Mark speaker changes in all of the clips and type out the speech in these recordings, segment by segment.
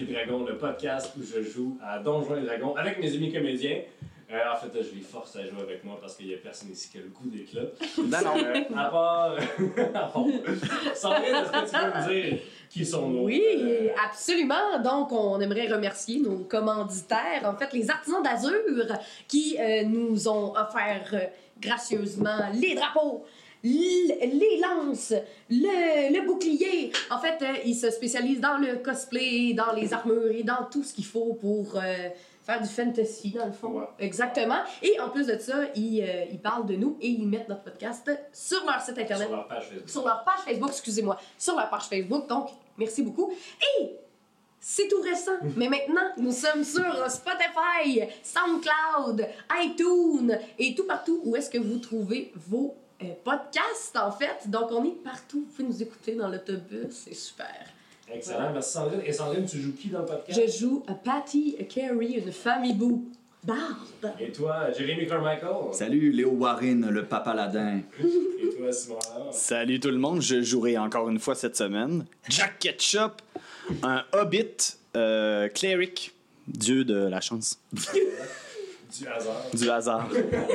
Speaker 1: Dragons, le podcast où je joue à Donjons et Dragons avec mes amis comédiens. En fait, je les force à jouer avec moi parce qu'il n'y a personne ici qui a le goût d'être là.
Speaker 2: Non.
Speaker 1: À part... Sandrine, est-ce que tu peux me dire qui sont nos...
Speaker 3: Oui, absolument. Donc, on aimerait remercier nos commanditaires, en fait, les artisans d'Azur qui nous ont offert gracieusement les drapeaux, les lances, le bouclier. En fait, ils se spécialisent dans le cosplay, dans les armures et dans tout ce qu'il faut pour faire du fantasy, dans le fond.
Speaker 1: Ouais.
Speaker 3: Exactement. Et en plus de ça, ils parlent de nous et ils mettent notre podcast sur leur site Internet.
Speaker 1: Sur leur page Facebook.
Speaker 3: Sur leur page Facebook, excusez-moi. Sur leur page Facebook. Donc, merci beaucoup. Et c'est tout récent, mais maintenant, nous sommes sur Spotify, SoundCloud, iTunes et tout partout où est-ce que vous trouvez vos podcasts, en fait. Donc, on est partout. Vous pouvez nous écouter dans l'autobus. C'est super.
Speaker 1: Excellent,
Speaker 3: Voilà.
Speaker 1: merci Sandrine. Et Sandrine, tu joues qui dans le podcast?
Speaker 3: Je joue à Patty Carey, une femme hibou. Barbe.
Speaker 1: Et toi, Jérémy Carmichael?
Speaker 2: Salut, Léo Warren, le papa ladin.
Speaker 1: Et toi, Simon Allard?
Speaker 4: Salut tout le monde, je jouerai encore une fois cette semaine. Jack Ketchup, un hobbit cleric, dieu de la chance.
Speaker 1: Du hasard.
Speaker 4: Du hasard.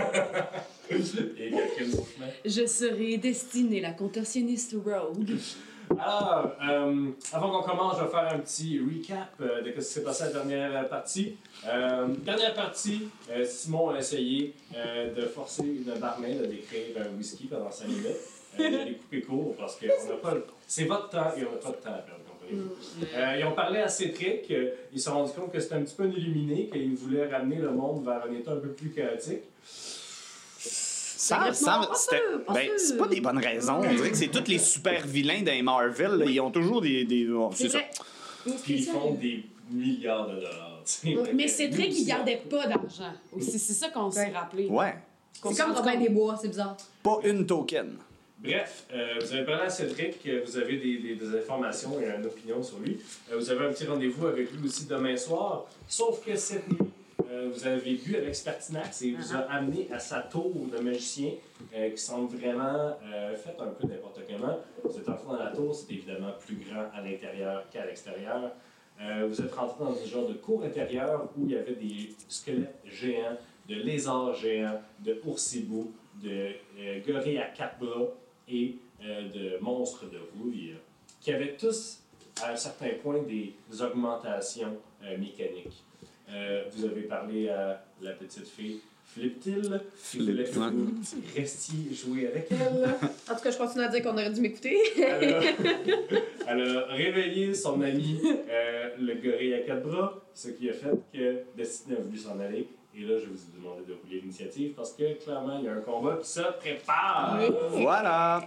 Speaker 1: Et Catherine Beauchemin.
Speaker 5: Je serai destinée la contorsionniste rogue.
Speaker 1: Alors, avant qu'on commence, je vais faire un petit recap de ce qui s'est passé à la dernière partie. Dernière partie, Simon a essayé de forcer une barmaid à décrire un whisky pendant 5 minutes. J'allais couper court parce que c'est votre temps et on n'a pas de temps à perdre, comprenez-vous. Ils ont parlé à Cétric, ils se sont rendus compte que c'était un petit peu un illuminé, qu'ils voulaient ramener le monde vers un état un peu plus chaotique.
Speaker 4: C'est pas des bonnes raisons. On dirait que c'est tous les super vilains dans les Marvel. Là, ils ont toujours des c'est ça.
Speaker 1: Puis ils font des milliards de dollars.
Speaker 5: Mais c'est vrai qu'il gardait pas d'argent. C'est ça qu'on s'est rappelé.
Speaker 4: Ouais.
Speaker 3: C'est comme Robin des Bois, c'est bizarre.
Speaker 4: Pas une token.
Speaker 1: Bref, vous avez parlé à Cédric, vous avez des informations et une opinion sur lui. Vous avez un petit rendez-vous avec lui aussi demain soir. Sauf que cette nuit, vous avez bu avec Spartinax et vous a amené à sa tour de magicien qui semble vraiment faite un peu n'importe comment. Vous êtes entré dans la tour, c'est évidemment plus grand à l'intérieur qu'à l'extérieur. Vous êtes rentré dans un genre de cour intérieure où il y avait des squelettes géants, de lézards géants, de oursibous, de gorilles à 4 bras et de monstres de rouille qui avaient tous, à un certain point, des augmentations mécaniques. Vous avez parlé à la petite fille Fliptil, qui voulait que vous restiez jouer avec elle.
Speaker 3: En tout cas, je continue à dire qu'on aurait dû m'écouter.
Speaker 1: Elle a réveillé son ami, le gorille à 4 bras, ce qui a fait que Destiny a voulu s'en aller. Et là, je vous ai demandé de rouler l'initiative parce que, clairement, il y a un combat qui se prépare.
Speaker 4: Voilà.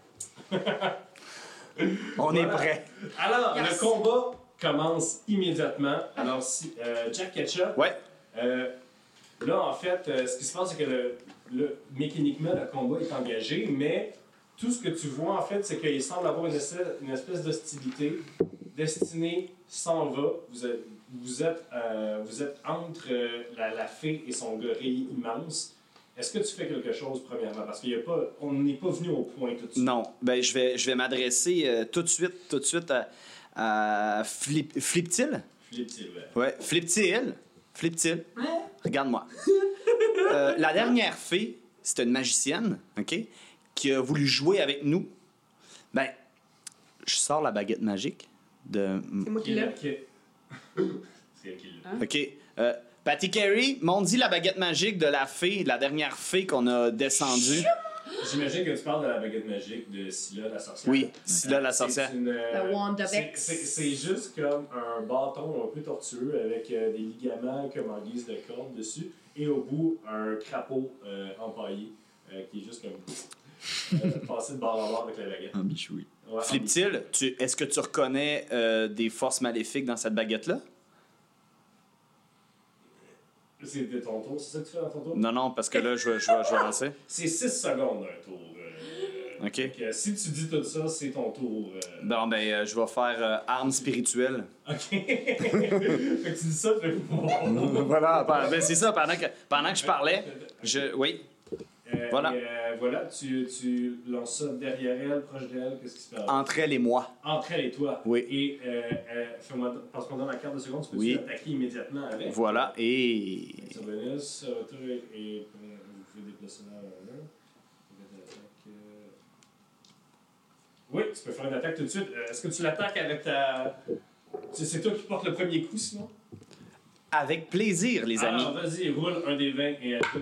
Speaker 4: On est prêt.
Speaker 1: Alors, le combat commence immédiatement. Alors, si, Jack Ketchup...
Speaker 4: Ouais.
Speaker 1: Là, en fait, ce qui se passe, c'est que mécaniquement, le combat est engagé, mais tout ce que tu vois, en fait, c'est qu'il semble avoir une espèce d'hostilité. Destiny s'en va. Vous êtes entre la fée et son gorille immense. Est-ce que tu fais quelque chose, premièrement? Parce qu'on n'est pas venu au point tout de suite.
Speaker 4: Non. Ben, je vais m'adresser tout de suite à Fliptil.
Speaker 1: Fliptil,
Speaker 4: Ouais, Fliptil. Regarde-moi. La dernière fée, c'était une magicienne, OK, qui a voulu jouer avec nous. Ben, je sors la baguette magique de...
Speaker 3: C'est moi qui l'ai.
Speaker 1: C'est elle qui l'a.
Speaker 4: OK. Patty Carey, m'ont dit la baguette magique de la fée, la dernière fée qu'on a descendue.
Speaker 1: J'imagine que tu parles de la baguette magique de Scylla, la sorcière.
Speaker 4: Oui, Scylla, la sorcière.
Speaker 3: La wand of X.
Speaker 1: C'est juste comme un bâton un peu tortueux avec des ligaments comme en guise de corde dessus. Et au bout, un crapaud empaillé qui est juste comme passé de bord à bord avec la baguette.
Speaker 2: Un bichoui.
Speaker 1: Ouais,
Speaker 4: Fliptil, est-ce que tu reconnais des forces maléfiques dans cette baguette-là?
Speaker 1: C'est de ton tour, c'est ça que tu fais dans ton tour?
Speaker 4: Non, parce que là, je vais lancer.
Speaker 1: C'est 6 secondes un tour.
Speaker 4: OK.
Speaker 1: Donc, si tu dis tout ça, c'est ton tour.
Speaker 4: Bon, ben, je vais faire arme spirituelle.
Speaker 1: OK. Fait que tu dis ça, tu fais...
Speaker 4: Voilà, ben, c'est ça, pendant que je parlais, oui. Voilà.
Speaker 1: Voilà, tu lances ça derrière elle, proche d'elle, qu'est-ce qui se passe?
Speaker 4: Entre elle et moi.
Speaker 1: Entre elle et toi.
Speaker 4: Oui.
Speaker 1: Et fais-moi, parce qu'on donne la carte de seconde, tu peux
Speaker 4: Oui.
Speaker 1: attaquer immédiatement avec.
Speaker 4: Voilà, et...
Speaker 1: Sur bonus, retour et vous pouvez déplacer là. Oui, tu peux faire une attaque tout de suite. Est-ce que tu l'attaques avec ta... C'est toi qui portes le premier coup, sinon?
Speaker 4: Avec plaisir, les amis.
Speaker 1: Alors, vas-y, roule un des 20 et ajoute.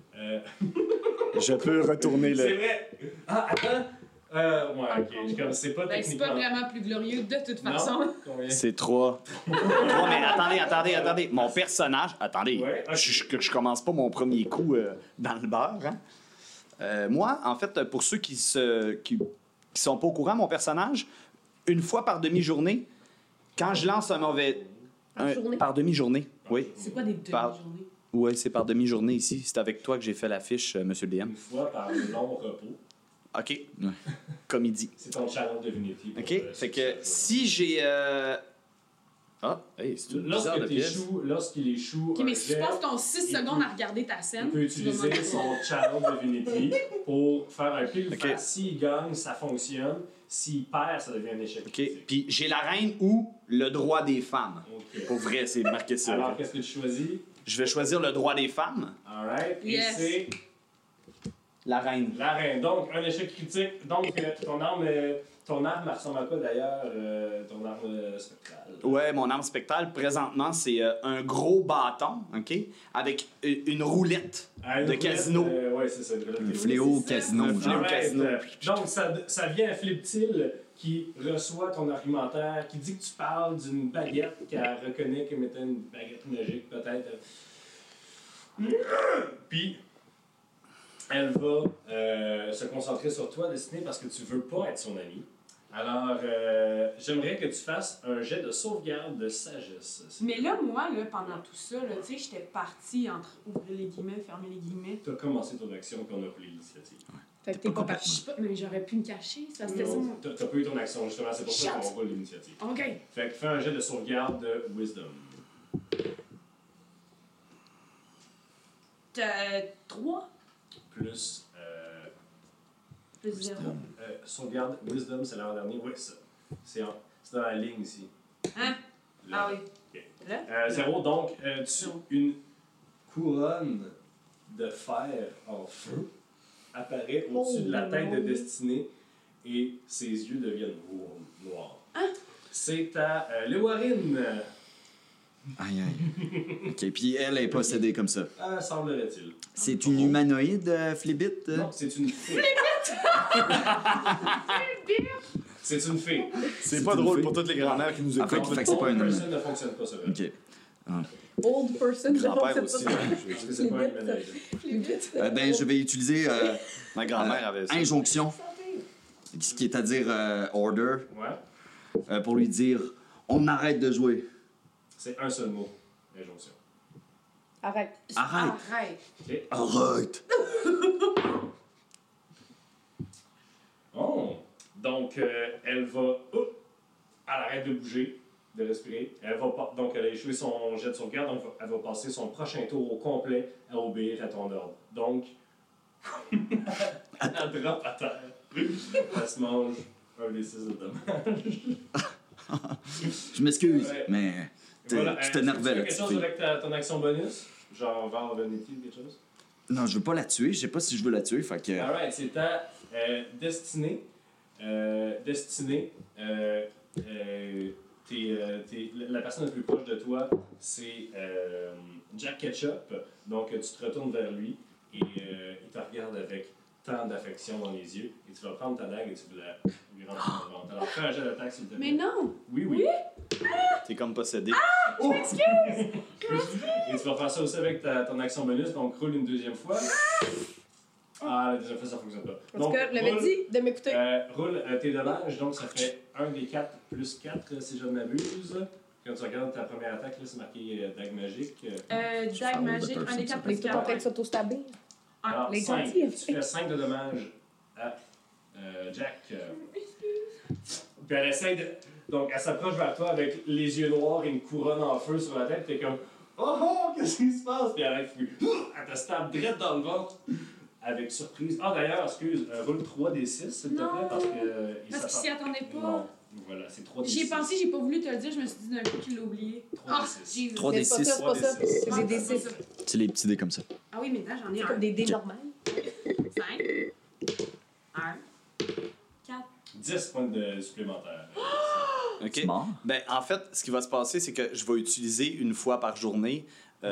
Speaker 4: Je peux retourner
Speaker 1: C'est vrai! Ah, attends! Ouais, ok. C'est pas
Speaker 5: Ben, c'est
Speaker 1: techniquement...
Speaker 5: pas vraiment plus glorieux de toute
Speaker 1: Non?
Speaker 5: façon.
Speaker 1: Combien?
Speaker 4: C'est 3. 3, mais attendez. Mon personnage... Attendez,
Speaker 1: Ouais, ok.
Speaker 4: je commence pas mon premier coup dans le beurre. Hein. Moi, en fait, pour ceux qui sont pas au courant, mon personnage, une fois par demi-journée, quand je lance un mauvais...
Speaker 3: journée?
Speaker 4: Par demi-journée, oui.
Speaker 5: C'est quoi des demi-journées?
Speaker 4: Oui, c'est par demi-journée ici. C'est avec toi que j'ai fait l'affiche, Monsieur le DM.
Speaker 1: Une fois par le long repos.
Speaker 4: OK. Comme il dit.
Speaker 1: C'est ton challenge Divinity. pour,
Speaker 4: OK. Fait que si j'ai... Ah, hey, c'est une bizarre de pièce.
Speaker 1: Lorsqu'il échoue,
Speaker 5: Ok, mais si tu passes ton 6 secondes à regarder ta
Speaker 1: il
Speaker 5: scène,
Speaker 1: peut
Speaker 5: tu vas
Speaker 1: utiliser
Speaker 5: manquer.
Speaker 1: son challenge Divinity pour faire un pile ou
Speaker 4: Ok.
Speaker 1: face. S'il gagne, ça fonctionne. S'il perd, ça devient un échec.
Speaker 4: OK.
Speaker 1: critique.
Speaker 4: Puis j'ai la reine ou le droit des femmes.
Speaker 1: OK.
Speaker 4: Pour vrai, c'est marqué ça.
Speaker 1: Alors,
Speaker 4: là.
Speaker 1: qu'est-ce que tu choisis?
Speaker 4: Je vais choisir le droit des femmes.
Speaker 1: Alright.
Speaker 5: Yes.
Speaker 1: Et c'est
Speaker 4: La reine.
Speaker 1: la reine. Donc, un échec critique. Donc, ton arme, elle ressemble à quoi d'ailleurs? Ton arme spectrale?
Speaker 4: Ouais, mon arme spectrale, présentement, c'est un gros bâton, OK? Avec une roulette
Speaker 1: Ah, une
Speaker 4: de
Speaker 1: roulette,
Speaker 4: casino.
Speaker 1: Ouais, c'est ça. Une roulette
Speaker 2: Un
Speaker 1: de
Speaker 2: fléau
Speaker 5: c'est ça.
Speaker 2: casino.
Speaker 4: Un fléau.
Speaker 2: genre.
Speaker 4: casino.
Speaker 1: Donc, ça vient à Fliptil qui reçoit ton argumentaire, qui dit que tu parles d'une baguette qu'elle reconnaît comme étant une baguette magique, peut-être. Puis, elle va se concentrer sur toi, Destinée, parce que tu veux pas être son ami. Alors, j'aimerais que tu fasses un jet de sauvegarde de sagesse.
Speaker 5: Mais là, moi, là, pendant tout ça, là, tu sais, j'étais partie entre ouvrir les guillemets, fermer les guillemets.
Speaker 1: Tu as commencé ton action puis on a pris l'initiative.
Speaker 3: Fait que t'es pas
Speaker 5: Je
Speaker 3: parti.
Speaker 5: sais pas, mais j'aurais pu me cacher, ça c'était ça.
Speaker 1: Non, t'as pas eu ton action, justement, c'est pour ça qu'on roule l'initiative.
Speaker 5: Ok.
Speaker 1: Fait que fais un jet de sauvegarde de Wisdom.
Speaker 5: T'as 3
Speaker 1: Plus
Speaker 5: plus 0.
Speaker 1: sauvegarde Wisdom, c'est l'an dernier. Oui, ça. C'est dans la ligne ici.
Speaker 5: Hein?
Speaker 1: Là.
Speaker 5: Ah oui.
Speaker 1: Ok.
Speaker 5: Là?
Speaker 1: 0, donc une couronne de fer en feu apparaît au-dessus de la tête de Destinée et ses yeux deviennent noirs. C'est à Léwarine,
Speaker 2: Aïe, aïe. OK, puis elle est possédée comme ça.
Speaker 1: semblerait-il.
Speaker 2: C'est une humanoïde, Flibit?
Speaker 1: Non, c'est une fée. C'est une fée.
Speaker 4: C'est
Speaker 2: pas drôle pour
Speaker 4: toutes les grand-mères qui nous
Speaker 2: En fait,
Speaker 1: Donc,
Speaker 2: fait que c'est pas une
Speaker 1: Old
Speaker 2: humanoïde.
Speaker 1: person ne fonctionne pas, ça va.
Speaker 2: OK.
Speaker 3: Old person, je
Speaker 4: Grand-père
Speaker 3: pense
Speaker 4: aussi.
Speaker 3: que
Speaker 1: Parce que c'est pas un humanoïde.
Speaker 3: c'est
Speaker 2: Ben, je vais utiliser
Speaker 4: Ma grand-mère avait ça.
Speaker 2: injonction, ce qui est à dire order,
Speaker 1: Ouais.
Speaker 2: pour lui dire on arrête de jouer.
Speaker 1: C'est un seul mot, injonction.
Speaker 3: Arrête.
Speaker 2: Arrête.
Speaker 5: Arrête.
Speaker 1: OK.
Speaker 2: Arrête.
Speaker 1: Oh! Donc, elle va... Elle arrête de bouger, de respirer. Donc, elle a échoué son jet de sauvegarde, donc elle va passer son prochain tour au complet à obéir à ton ordre. Donc, elle drop à terre. Elle se mange un des 6 de dommages.
Speaker 2: Je m'excuse,
Speaker 1: Ouais.
Speaker 2: mais
Speaker 1: Voilà.
Speaker 2: tu t'énervais là,
Speaker 1: quelque
Speaker 2: petite
Speaker 1: chose
Speaker 2: fille.
Speaker 1: avec ton action bonus? Genre vers Vanity ou quelque chose?
Speaker 2: Non, je veux pas la tuer. Je sais pas si je veux la tuer, fait que...
Speaker 1: Alright, c'est ta destinée. Destinée. La personne la plus proche de toi, c'est Jack Ketchup. Donc, tu te retournes vers lui et il te regarde avec tant d'affection dans les yeux. Et tu vas prendre ta dague et tu vas la lui rendre dans le ventre. Alors, fais un jet d'attaque, s'il te plaît.
Speaker 5: Mais non!
Speaker 1: Oui, oui.
Speaker 4: T'es comme possédé.
Speaker 1: Oh! Et tu vas faire ça aussi avec ton action bonus. Donc, roule une deuxième fois. Ah, la deuxième fois, ça fonctionne pas.
Speaker 3: En tout cas, je l'avais dit de m'écouter.
Speaker 1: Roule tes dommages, donc ça fait 1 des 4 plus 4 si je ne m'abuse. Quand tu regardes ta première attaque, là, c'est marqué dague magique.
Speaker 5: Dague magique, 1 des 4
Speaker 3: Mais
Speaker 5: plus
Speaker 3: t'es pas en train
Speaker 5: 4.
Speaker 3: de s'auto-stabber.
Speaker 1: Alors,
Speaker 3: les
Speaker 1: 5.
Speaker 3: gentils,
Speaker 1: Tu fais 5 de dommages à Jack. Puis elle essaie de. Donc, elle s'approche vers toi avec les yeux noirs et une couronne en feu sur la tête. T'es comme, oh, qu'est-ce qui se passe? Puis elle te stab direct dans le ventre. avec surprise. Ah, d'ailleurs, excuse, roule 3d6, s'il te plaît,
Speaker 5: Non.
Speaker 1: parce que.
Speaker 5: Parce qu'il s'y attendait pas.
Speaker 1: Non, voilà, c'est 3d6.
Speaker 5: J'y ai pensé, j'ai pas voulu te le dire, je me suis dit d'un coup qu'il l'a oublié.
Speaker 1: 3d6.
Speaker 5: Jesus.
Speaker 4: 3
Speaker 3: Mais
Speaker 4: des
Speaker 3: c'est pas
Speaker 4: 6.
Speaker 3: ça, c'est pas ça.
Speaker 1: 3d6.
Speaker 3: C'est des
Speaker 5: Ah, c'est
Speaker 3: D6.
Speaker 5: ça.
Speaker 2: C'est les petits dés comme ça.
Speaker 5: Ah oui, mais là, j'en ai
Speaker 3: C'est
Speaker 5: un.
Speaker 3: comme des dés
Speaker 2: Ok.
Speaker 3: normales.
Speaker 5: 5. 1. 4.
Speaker 1: 10 points de supplémentaires.
Speaker 4: OK?
Speaker 2: C'est mort.
Speaker 4: Ben, en fait, ce qui va se passer, c'est que je vais utiliser une fois par journée.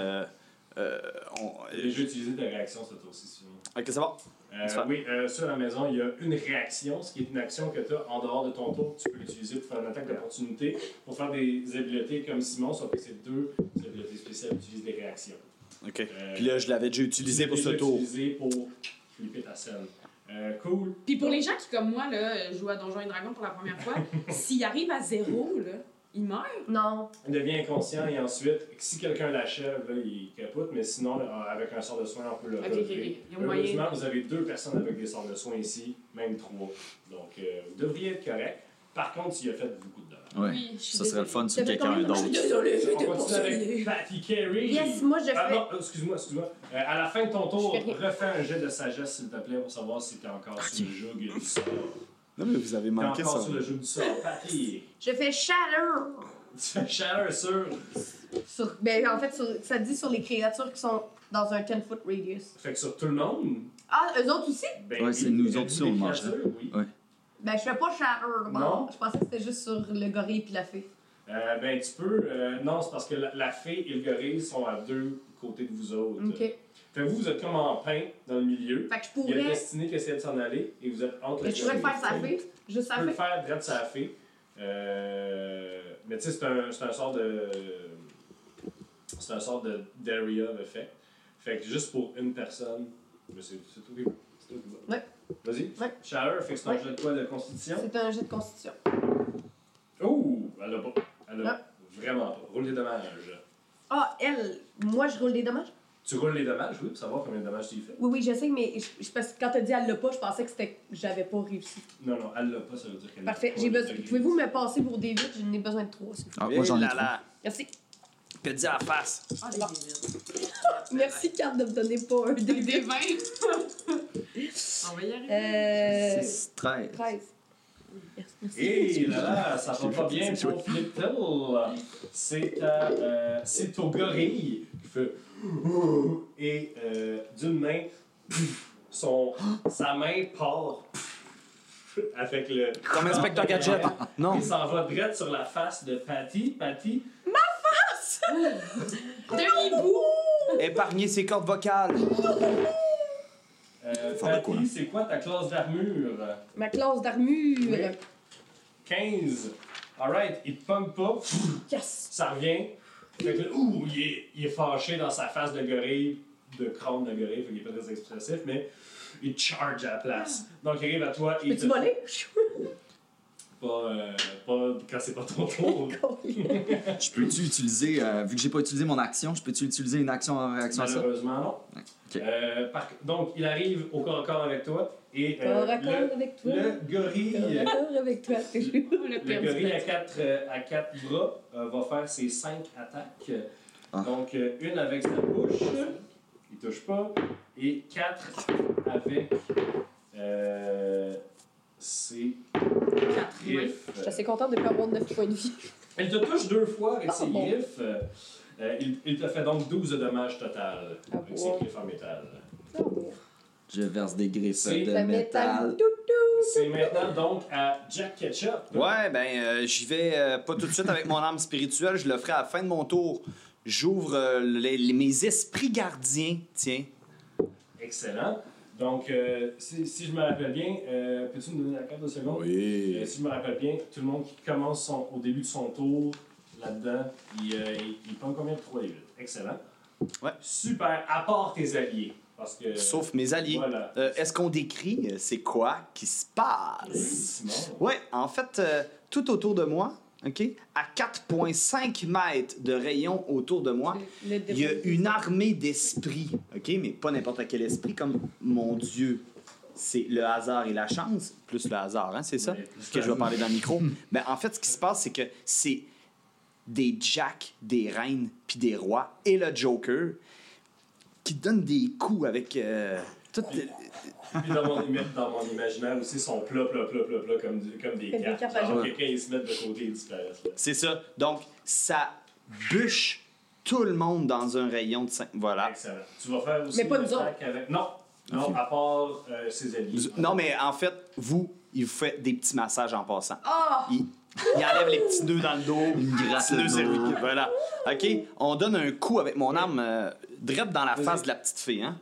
Speaker 1: J'ai déjà utilisé ta réaction cette tour-ci, sinon.
Speaker 4: OK, c'est bon.
Speaker 1: Oui, sur la maison, il y a une réaction, ce qui est une action que tu as en dehors de ton tour. Tu peux l'utiliser pour faire une attaque d'opportunité, pour faire des habiletés comme Simon, sauf que c'est 2 habiletés spéciales qui utilisent des réactions.
Speaker 4: OK. Puis là, je l'avais déjà utilisé pour ce tour.
Speaker 1: utilisé pour flipper ta scène. Cool.
Speaker 5: Puis pour les gens qui, comme moi, là, jouent à Donjons et Dragons pour la première fois, s'il arrive à 0, là, il meurt.
Speaker 3: Non.
Speaker 1: Il devient inconscient et ensuite, si quelqu'un l'achève, là, il capote, mais sinon, avec un sort de soin, on peut le
Speaker 5: Ok,
Speaker 1: relever.
Speaker 5: il y a moyen.
Speaker 1: Heureusement, vous avez 2 personnes avec des sorts de soins ici, même 3. Donc, vous devriez être correct. Par contre, il a fait beaucoup de dommages.
Speaker 2: Ouais.
Speaker 5: Oui, je suis
Speaker 2: Ça serait le
Speaker 5: désolée.
Speaker 2: fun sur
Speaker 3: Ça fait
Speaker 2: quelqu'un
Speaker 3: combien de
Speaker 2: d'autre.
Speaker 3: Je suis désolée, j'ai
Speaker 1: On
Speaker 3: été
Speaker 1: continue avec
Speaker 3: poursuivie.
Speaker 1: Patty Carey.
Speaker 3: Yes, moi je
Speaker 1: Ah
Speaker 3: fais.
Speaker 1: non, excuse-moi. À la fin de ton tour,
Speaker 3: Je fais rien.
Speaker 1: refais un jet de sagesse, s'il te plaît, pour savoir si t'es encore sur le joug du sort.
Speaker 4: Non, mais vous avez
Speaker 1: T'es
Speaker 4: manqué
Speaker 1: encore
Speaker 4: ça.
Speaker 1: sur le joug du sort. Patty,
Speaker 3: Je fais chaleur.
Speaker 1: tu fais chaleur
Speaker 3: Ben, en fait, ça dit sur les créatures qui sont dans un 10-foot radius.
Speaker 1: Fait que sur tout le monde,
Speaker 3: Ah, eux autres aussi?
Speaker 1: ben,
Speaker 2: Ouais, c'est
Speaker 1: oui,
Speaker 2: nous
Speaker 1: il y a
Speaker 2: autres
Speaker 1: des
Speaker 2: aussi, on le mange,
Speaker 1: créatures, oui.
Speaker 2: Ouais.
Speaker 3: Ben, je fais pas chaleur. Bon,
Speaker 1: Non.
Speaker 3: je pensais que c'était juste sur le gorille puis la fée.
Speaker 1: Ben, tu peux. Non, c'est parce que la fée et le gorille sont à 2 côtés de vous autres.
Speaker 3: Ok. Fait
Speaker 1: Fait que vous êtes comme en pain dans le milieu.
Speaker 3: que je
Speaker 1: Il y a
Speaker 3: pourrais.
Speaker 1: Destiné qui essaie de s'en aller et vous êtes entre
Speaker 3: Mais je pourrais le faire sa fée. Juste
Speaker 1: Tu
Speaker 3: sa
Speaker 1: peux le
Speaker 3: fée.
Speaker 1: faire direct sa fée. Mais tu sais, c'est un sort de. C'est un sort d'area effect. Fait que juste pour une personne. Mais c'est tout qui va. C'est tout qui va.
Speaker 3: Ouais.
Speaker 1: Vas-y.
Speaker 3: Ouais.
Speaker 1: Chaleur, fait que c'est un
Speaker 3: Ouais.
Speaker 1: jet de quoi de constitution?
Speaker 3: C'est un jet de constitution.
Speaker 1: Ouh! Elle a pas. Elle a
Speaker 3: Ouais.
Speaker 1: vraiment pas. Roule les dommages.
Speaker 3: Ah, elle, moi je roule des dommages?
Speaker 1: Tu roules les dommages, oui, pour savoir combien de dommages tu y fais.
Speaker 3: Oui, oui, je sais, mais parce que quand t'as dit elle l'a pas, je pensais que c'était j'avais pas réussi.
Speaker 1: Non, non, elle l'a pas, ça veut dire qu'elle l'a
Speaker 3: Parfait.
Speaker 1: pas.
Speaker 3: J'ai besoin. Pouvez-vous me passer pour des vitres? J'en ai besoin de 3.
Speaker 2: Ah, moi, j'en ai
Speaker 4: là,
Speaker 2: 3.
Speaker 4: là.
Speaker 3: Merci.
Speaker 4: Puis dis à la face.
Speaker 5: Ah, les débiles.
Speaker 3: Merci, Kat, de me donner pas un
Speaker 5: Des
Speaker 3: dé.
Speaker 5: 20. On va y arriver.
Speaker 2: 6, 13.
Speaker 3: 13. Merci.
Speaker 1: Et là, ça va pas bien pour Fliptel. C'est au gorille qui fait. Et d'une main, sa main part avec le.
Speaker 4: Comme Inspecteur Gadget. Non.
Speaker 1: Il s'en va direct sur la face de Patty. Patty,
Speaker 5: De hibou!
Speaker 4: Épargner ses cordes vocales.
Speaker 2: Faire de quoi?
Speaker 1: Patty, c'est quoi ta classe d'armure?
Speaker 3: Ma classe d'armure.
Speaker 1: Oui. 15. Alright, il te pump pas.
Speaker 3: Yes.
Speaker 1: Ça revient. Fait que là, ouh, il est fâché dans sa face de gorille, de crâne de gorille, fait qu'il est pas très expressif, mais il charge à la place. Donc il arrive à toi et il
Speaker 3: Peux-tu voler?
Speaker 1: pas quand c'est pas ton tour.
Speaker 2: Je peux-tu utiliser, vu que j'ai pas utilisé mon action, je peux-tu utiliser une action en réaction à ça?
Speaker 1: Malheureusement, non.
Speaker 2: Ok.
Speaker 1: Donc il arrive au corps à corps avec toi et
Speaker 3: Corps à corps avec toi.
Speaker 1: le gorille.
Speaker 3: Corps à corps avec toi.
Speaker 1: Le gorille à 4 bras va faire ses 5 attaques.
Speaker 2: Ah.
Speaker 1: Donc, une avec sa bouche, il touche pas, et 4 avec ses
Speaker 5: 4
Speaker 1: griffes.
Speaker 3: Je suis assez contente de ne pas avoir 9 points de vie.
Speaker 1: Elle te touche 2 fois avec
Speaker 3: Ah,
Speaker 1: ses
Speaker 3: bon.
Speaker 1: griffes. Il te fait donc 12 de dommages total
Speaker 3: Ah,
Speaker 1: avec
Speaker 3: bon.
Speaker 1: ses griffes en métal.
Speaker 3: Oh, bon.
Speaker 2: Je verse des griffes
Speaker 1: C'est
Speaker 2: de
Speaker 3: La
Speaker 2: métal.
Speaker 3: toutou.
Speaker 1: C'est maintenant donc à Jack Ketchup.
Speaker 4: Ouais, ben, j'y vais pas tout de suite avec mon arme spirituelle. Je le ferai à la fin de mon tour. J'ouvre mes esprits gardiens. Tiens.
Speaker 1: Excellent. Donc, si je me rappelle bien, peux-tu me donner la carte de seconde?
Speaker 4: Oui.
Speaker 1: Si je me rappelle bien, tout le monde qui commence au début de son tour, là-dedans, il prend combien de 3 et 8? Excellent.
Speaker 4: Ouais.
Speaker 1: Super, à part tes alliés. Parce que.
Speaker 4: Sauf mes alliés.
Speaker 1: Voilà.
Speaker 4: Est-ce qu'on décrit c'est quoi qui se passe?
Speaker 1: Simon.
Speaker 4: Ouais, en fait, tout autour de moi, OK, à 4,5 mètres de rayon autour de moi,
Speaker 3: Le
Speaker 4: il y a
Speaker 3: démon.
Speaker 4: une armée d'esprits, OK, mais pas n'importe quel esprit, comme mon Dieu, c'est le hasard et la chance, plus le hasard, hein, c'est ça?
Speaker 1: Oui, plus
Speaker 4: Que
Speaker 1: le
Speaker 4: je vais
Speaker 1: hasard.
Speaker 4: parler dans le micro. Ben, en fait, ce qui se passe, c'est que c'est des jacks, des reines, puis des rois, et le Joker, qui donnent des coups avec
Speaker 1: Puis dans mon imaginaire aussi, ils sont plats comme des
Speaker 3: Comme des
Speaker 1: cartes.
Speaker 3: cartes à
Speaker 1: Genre,
Speaker 3: jouer.
Speaker 1: quelqu'un, ils se mettent de côté et disparaissent. Là.
Speaker 4: C'est ça. Donc, ça bûche tout le monde dans un rayon de 5. Voilà.
Speaker 1: Excellent. Tu vas faire aussi
Speaker 3: Mais pas nous
Speaker 1: l'attaque avec... Non, à part ses alliés.
Speaker 4: Non, mais en fait, il vous fait des petits massages en passant.
Speaker 3: Ah!
Speaker 4: Il enlève les petits nœuds dans le dos.
Speaker 2: Il me gratte
Speaker 4: Petits nœuds
Speaker 2: le dos.
Speaker 4: cervicaux. Voilà. OK, on donne un coup avec mon arme drette dans la
Speaker 1: Vas-y.
Speaker 4: face de la petite fille, hein?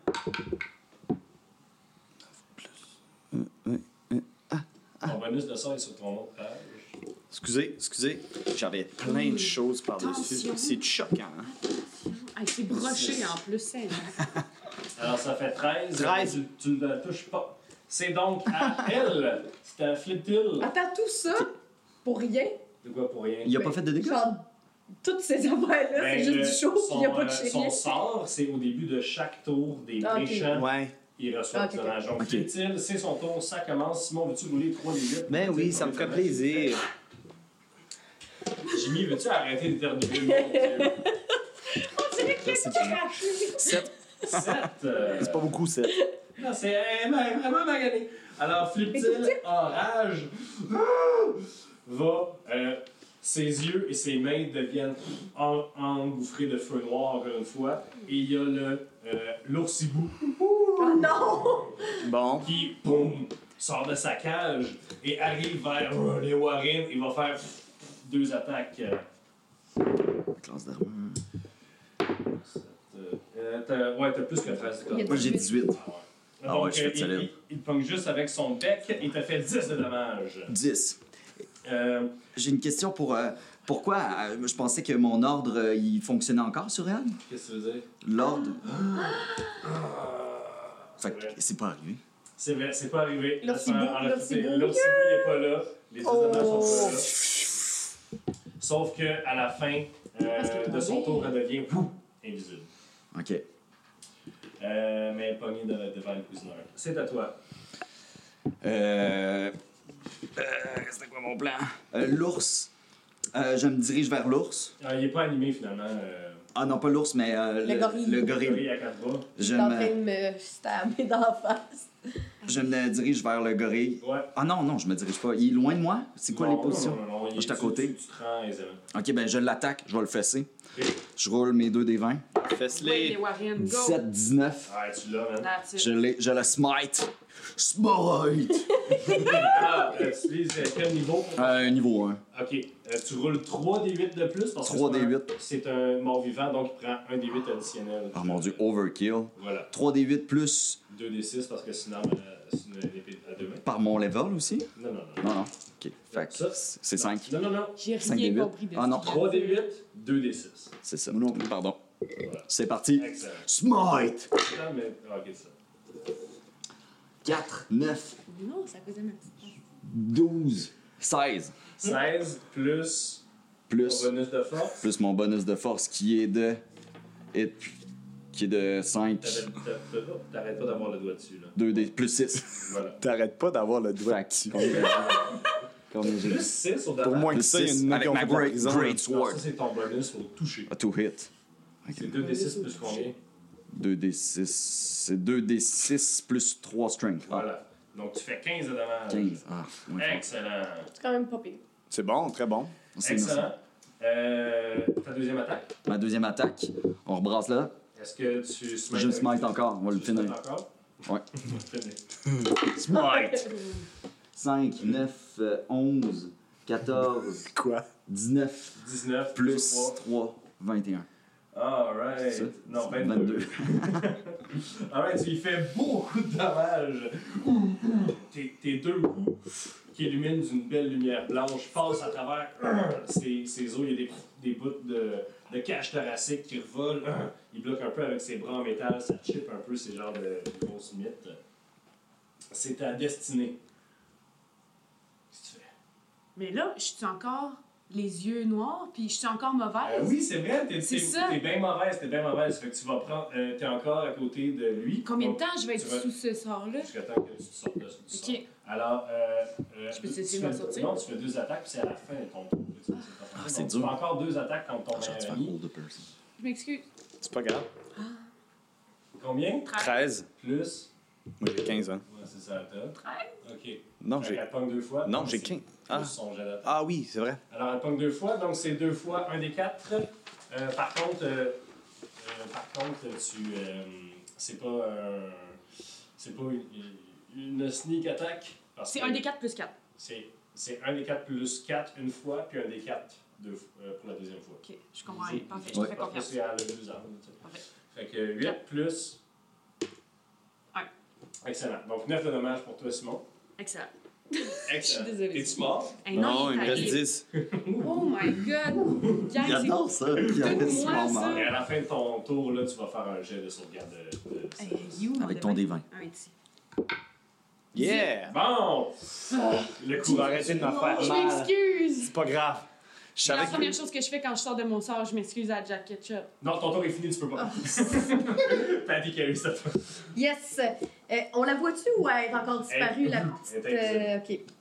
Speaker 1: Ton bonus de sort est sur ton autre page.
Speaker 4: Excusez. J'avais plein de choses par-dessus.
Speaker 5: Attention.
Speaker 4: C'est choquant, hein?
Speaker 5: Hey, c'est broché en plus, c'est.
Speaker 1: Alors, ça fait 13.
Speaker 4: 13.
Speaker 1: Tu ne la touches pas. C'est donc à elle. C'est à Flip-Till.
Speaker 3: Attends, tout ça pour rien?
Speaker 1: De quoi pour rien?
Speaker 2: Il a pas fait de dégâts?
Speaker 3: Genre, toutes ces affaires-là,
Speaker 1: Ben,
Speaker 3: c'est juste du show, puis il n'y a pas de
Speaker 1: son
Speaker 3: chien.
Speaker 1: sort, c'est au début de chaque tour des
Speaker 3: Ah, ok.
Speaker 1: méchants.
Speaker 4: Ouais.
Speaker 1: Il reçoit
Speaker 3: Ok,
Speaker 1: du
Speaker 3: ok.
Speaker 1: dommage. Donc,
Speaker 2: Ok.
Speaker 1: Flip-Till, c'est son tour, ça commence. Simon, veux-tu rouler 3 des 8?
Speaker 4: Ben oui, ça me ferait plaisir.
Speaker 1: Jimmy, veux-tu arrêter d'éternuer? Mon Dieu.
Speaker 3: On dirait qu'il y a
Speaker 4: Merci,
Speaker 3: une
Speaker 4: Jimmy.
Speaker 3: crache.
Speaker 4: 7.
Speaker 1: 7.
Speaker 4: C'est pas beaucoup, 7.
Speaker 1: Non, c'est vraiment magané. Alors, Flip-Till, en rage, va. Ses yeux et ses mains deviennent engouffrés de feu noir, encore une fois. Et il y a l'oursibou
Speaker 3: Oh non!
Speaker 4: Bon.
Speaker 1: qui, boum, sort de sa cage et arrive vers les Warren et va faire 2 attaques.
Speaker 2: Classe d'armure.
Speaker 1: T'as plus que 13 de
Speaker 3: Il y a
Speaker 2: Moi, j'ai 18.
Speaker 1: Ah ouais.
Speaker 2: Ah
Speaker 1: Donc,
Speaker 2: ouais, je fais de solide.
Speaker 1: il te pogne juste avec son bec et te fait 10 de dommages.
Speaker 2: 10.
Speaker 1: Euh,
Speaker 2: J'ai une question pour... pourquoi je pensais que mon ordre, il fonctionnait encore sur elle?
Speaker 1: Qu'est-ce que tu veux dire?
Speaker 2: L'ordre...
Speaker 1: C'est
Speaker 2: Fait que
Speaker 1: vrai.
Speaker 2: c'est pas arrivé.
Speaker 1: C'est vrai, c'est pas arrivé.
Speaker 3: L'Orsibou,
Speaker 1: L'Orsibou,
Speaker 3: l'Orsibou.
Speaker 1: il est pas là. Les 10 dommages sont
Speaker 3: Oh.
Speaker 1: pas là. Sauf qu'à la fin de son tour, elle devient invisible.
Speaker 2: OK.
Speaker 1: Mais elle pognée devant le cousineur. C'est à toi.
Speaker 2: C'était quoi mon plan? L'ours. Je me dirige vers l'ours.
Speaker 1: Il est pas animé finalement.
Speaker 2: Ah non, pas l'ours, mais
Speaker 3: Le gorille.
Speaker 2: Le
Speaker 1: Il
Speaker 2: gorille.
Speaker 1: est à 4 bras.
Speaker 2: Je
Speaker 3: T'es en train
Speaker 2: me,
Speaker 3: de me stabber dans la face.
Speaker 2: je me dirige vers le gorille.
Speaker 1: Ouais.
Speaker 2: Ah non, je me dirige pas. Il est loin de moi? C'est quoi
Speaker 1: Non,
Speaker 2: les positions?
Speaker 1: Non,
Speaker 2: Je suis à côté.
Speaker 1: Tu te rends aisément.
Speaker 2: OK, ben je l'attaque. Je vais le fesser.
Speaker 1: Ok.
Speaker 2: Je roule mes 2 des 20.
Speaker 5: Ouais, les
Speaker 4: Fesse-les.
Speaker 5: Warren, go!
Speaker 2: 17, 19.
Speaker 1: Ah, tu l'as, man.
Speaker 5: That's it.
Speaker 2: Je le smite. Smite!
Speaker 1: Tu vises quel niveau?
Speaker 2: Niveau 1.
Speaker 1: Ok. Tu roules 3 des 8 de plus. Parce que
Speaker 2: 3
Speaker 1: c'est
Speaker 2: des
Speaker 1: un-
Speaker 2: 8.
Speaker 1: C'est un mort-vivant, donc il prend 1 des 8 additionnel.
Speaker 2: Oh mon dieu, overkill.
Speaker 1: Voilà.
Speaker 2: 3 des 8 plus
Speaker 1: 2 des 6 parce que sinon, c'est une épée à 2 mains.
Speaker 2: par mon level aussi?
Speaker 1: Non.
Speaker 2: Non. OK. Fait que
Speaker 1: Ça,
Speaker 2: c'est 5.
Speaker 1: Non.
Speaker 5: J'ai
Speaker 2: 5 des
Speaker 5: rien
Speaker 2: 8.
Speaker 5: compris de
Speaker 2: Ah non,
Speaker 1: 3 des 8, 2 des 6.
Speaker 2: c'est ça. Pardon.
Speaker 1: Voilà.
Speaker 2: C'est parti.
Speaker 1: Excellent.
Speaker 2: Smite!
Speaker 1: Non, mais... Ok, ça.
Speaker 2: 4, 9,
Speaker 5: Non, c'est à cause de ma petite.
Speaker 2: 12, 16.
Speaker 1: 16 plus
Speaker 2: Plus,
Speaker 1: ton bonus de force.
Speaker 2: plus mon bonus de force qui est de... qui est de 5.
Speaker 1: T'arrêtes pas d'avoir le doigt dessus, là.
Speaker 2: 2 des... Plus 6.
Speaker 1: Voilà.
Speaker 4: T'arrêtes pas d'avoir le doigt.
Speaker 2: Combien j'ai
Speaker 1: Plus
Speaker 2: dit?
Speaker 1: 6 au
Speaker 4: Pour
Speaker 1: dommage.
Speaker 4: moins que
Speaker 2: Plus
Speaker 4: ça, il y a
Speaker 2: 6
Speaker 4: une
Speaker 2: avec ma great
Speaker 1: Non,
Speaker 2: sword.
Speaker 1: ça, c'est ton bonus, faut toucher.
Speaker 2: A to hit.
Speaker 1: C'est 2 des 6 plus combien?
Speaker 2: 2 des 6. C'est 2 des 6 plus 3 strength. Ah,
Speaker 1: Voilà. Donc, tu fais 15 de dommage.
Speaker 2: 15. Ah, moins fort.
Speaker 1: Excellent.
Speaker 3: C'est quand même pas pire.
Speaker 4: C'est bon, très bon.
Speaker 2: C'est
Speaker 1: Excellent. Ta deuxième attaque.
Speaker 2: ma deuxième attaque. On rebrasse là.
Speaker 1: Est-ce que tu smites?
Speaker 2: Je smite encore. On va le
Speaker 1: Tu smites
Speaker 2: finir.
Speaker 1: encore?
Speaker 2: Ouais.
Speaker 1: Finir.
Speaker 2: Smite! 5, 9, 11, 14,
Speaker 4: Quoi?
Speaker 2: 19,
Speaker 1: 19
Speaker 2: plus
Speaker 1: 3.
Speaker 2: 3, 21.
Speaker 1: Alright.
Speaker 2: C'est ça?
Speaker 1: Non,
Speaker 2: C'est
Speaker 1: 22. Alright, tu lui fais beaucoup de dommages. Tes 2 coups qui illuminent d'une belle lumière blanche passent à travers ses os. Il y a des bouts de cage thoracique qui revolent. Il bloque un peu avec ses bras en métal. Ça chip un peu ces genres de grosses mythes. C'est ta destinée. Qu'est-ce que tu fais?
Speaker 5: Mais là, je suis encore les yeux noirs, puis je suis encore mauvaise.
Speaker 1: Oui, c'est vrai,
Speaker 5: C'est ça.
Speaker 1: t'es bien mauvaise, Fait que tu vas prendre. T'es encore à côté de lui.
Speaker 5: Combien de
Speaker 1: Donc,
Speaker 5: temps je vais être
Speaker 1: tu vas-
Speaker 5: sous ce sort-là?
Speaker 1: Jusqu'à temps que tu te sortes de ça.
Speaker 5: Ok.
Speaker 1: Alors,
Speaker 5: Je peux
Speaker 1: tu
Speaker 5: essayer
Speaker 1: fais-
Speaker 5: de m'en sortir?
Speaker 1: Non, tu fais 2 attaques, puis c'est à la fin de ton tour.
Speaker 2: c'est
Speaker 1: Donc,
Speaker 2: dur.
Speaker 1: Tu fais encore 2 attaques contre ton
Speaker 2: J'ai dû faire
Speaker 1: ami.
Speaker 2: hold the person.
Speaker 5: Je m'excuse.
Speaker 4: C'est pas grave.
Speaker 1: Combien?
Speaker 4: 13.
Speaker 1: Plus
Speaker 4: Moi, j'ai 15 ans.
Speaker 1: Ouais, c'est ça, t'as. OK.
Speaker 4: Non,
Speaker 1: Fait
Speaker 4: j'ai...
Speaker 1: qu'elle pogne 2 fois.
Speaker 4: Non,
Speaker 1: donc
Speaker 4: j'ai
Speaker 1: c'est
Speaker 4: 15.
Speaker 1: plus
Speaker 4: Ah.
Speaker 1: son jet d'attaque.
Speaker 4: Ah oui, c'est vrai.
Speaker 1: Alors, elle pogne 2 fois, donc c'est 2 fois 1 des 4. Par contre, c'est pas une sneak attack.
Speaker 5: C'est un des 4 plus 4.
Speaker 1: C'est 1 des 4 plus 4 une fois, puis 1 des 4 pour la deuxième fois.
Speaker 5: Ok, je comprends rien. Parfait, je te
Speaker 2: Ouais.
Speaker 5: fais
Speaker 1: Parce que
Speaker 5: confiance.
Speaker 1: c'est à la 2 armes. tu sais.
Speaker 5: Parfait.
Speaker 1: Fait que 8 plus.
Speaker 5: 1.
Speaker 1: Excellent. Donc 9 de dommages pour toi, Simon.
Speaker 5: Excellent.
Speaker 1: Excellent.
Speaker 5: Je suis désolée.
Speaker 1: Es-tu mort?
Speaker 5: Hey,
Speaker 4: Non, il me
Speaker 5: est
Speaker 4: reste
Speaker 5: tagué.
Speaker 4: 10.
Speaker 5: Oh my god! Gang,
Speaker 2: J'adore ça. Qui a
Speaker 5: Donne-moi
Speaker 2: Simon
Speaker 5: ça.
Speaker 2: mort.
Speaker 1: Et à la fin de ton tour, là, tu vas faire un jet de sauvegarde de
Speaker 5: c'est. Hey, you,
Speaker 2: Avec ton D20.
Speaker 5: Ah, ici.
Speaker 4: Yeah!
Speaker 1: Bon! Le
Speaker 4: Tu
Speaker 1: coup.
Speaker 4: vas arrêter de me faire
Speaker 5: Je
Speaker 4: mal.
Speaker 5: m'excuse!
Speaker 4: C'est pas grave. Je
Speaker 5: C'est la
Speaker 4: savais
Speaker 5: première
Speaker 4: que...
Speaker 5: chose que je fais quand je sors de mon sort, je m'excuse à Jack Ketchup.
Speaker 1: Non, ton tour est fini, tu peux pas. Patty qui a eu ça.
Speaker 3: Yes! On la voit-tu ou elle est encore disparue, la petite.
Speaker 1: Elle est
Speaker 3: Ok.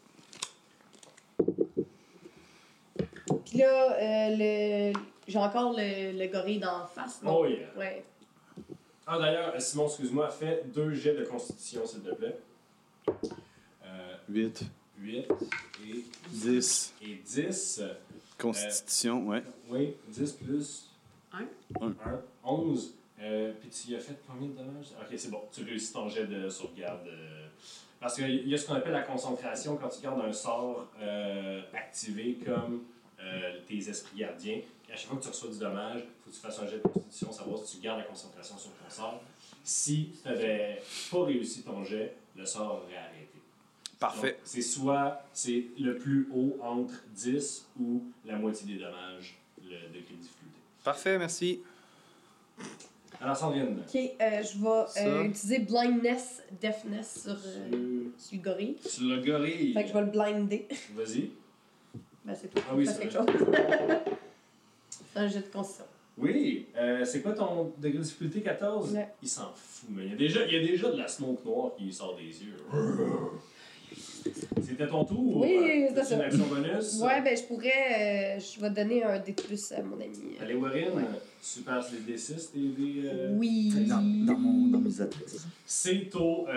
Speaker 3: Puis là, j'ai encore le gorille d'en face. non?
Speaker 1: Oh yeah.
Speaker 3: Ouais.
Speaker 1: Ah, d'ailleurs, Simon, excuse-moi, fais 2 jets de constitution, s'il te plaît.
Speaker 4: 8,
Speaker 1: 8 et
Speaker 4: 10.
Speaker 1: 10.
Speaker 4: Constitution, ouais.
Speaker 1: Oui, 10 plus
Speaker 5: 1.
Speaker 1: 1, 11. Puis tu as fait combien de dommages? Ok, c'est bon, tu réussis ton jet de sauvegarde. Parce qu'il y a ce qu'on appelle la concentration quand tu gardes un sort activé comme tes esprits gardiens. Et à chaque fois que tu reçois du dommage, il faut que tu fasses un jet de constitution, savoir si tu gardes la concentration sur ton sort. Si tu n'avais pas réussi ton jet, le sort aurait arrêté.
Speaker 4: Parfait.
Speaker 1: Donc, c'est le plus haut entre 10 ou la moitié des dommages, le degré de difficulté.
Speaker 4: Parfait, merci.
Speaker 1: Alors, Sandrine.
Speaker 3: Ok, je vais utiliser blindness, deafness sur le gorille.
Speaker 1: Sur le gorille.
Speaker 3: Fait que je vais le blinder.
Speaker 1: Vas-y.
Speaker 3: Ben, c'est tout.
Speaker 1: Ah oui,
Speaker 3: Fais
Speaker 1: c'est
Speaker 3: quelque
Speaker 1: vrai.
Speaker 3: chose. C'est un jet de constitution.
Speaker 1: Oui, c'est quoi ton degré de difficulté 14?
Speaker 3: Ouais.
Speaker 1: Il s'en fout, mais il y a déjà de la smoke noire qui sort des yeux. C'était ton tour?
Speaker 3: Oui, c'est
Speaker 1: As-tu
Speaker 3: ça.
Speaker 1: une action bonus?
Speaker 3: Ouais, ben je pourrais. Je vais donner un D de plus à mon ami.
Speaker 1: Allez, Warren, tu passes les D6, tes D.
Speaker 3: Oui.
Speaker 2: Dans mes attaques, c'est ça?
Speaker 1: C'est au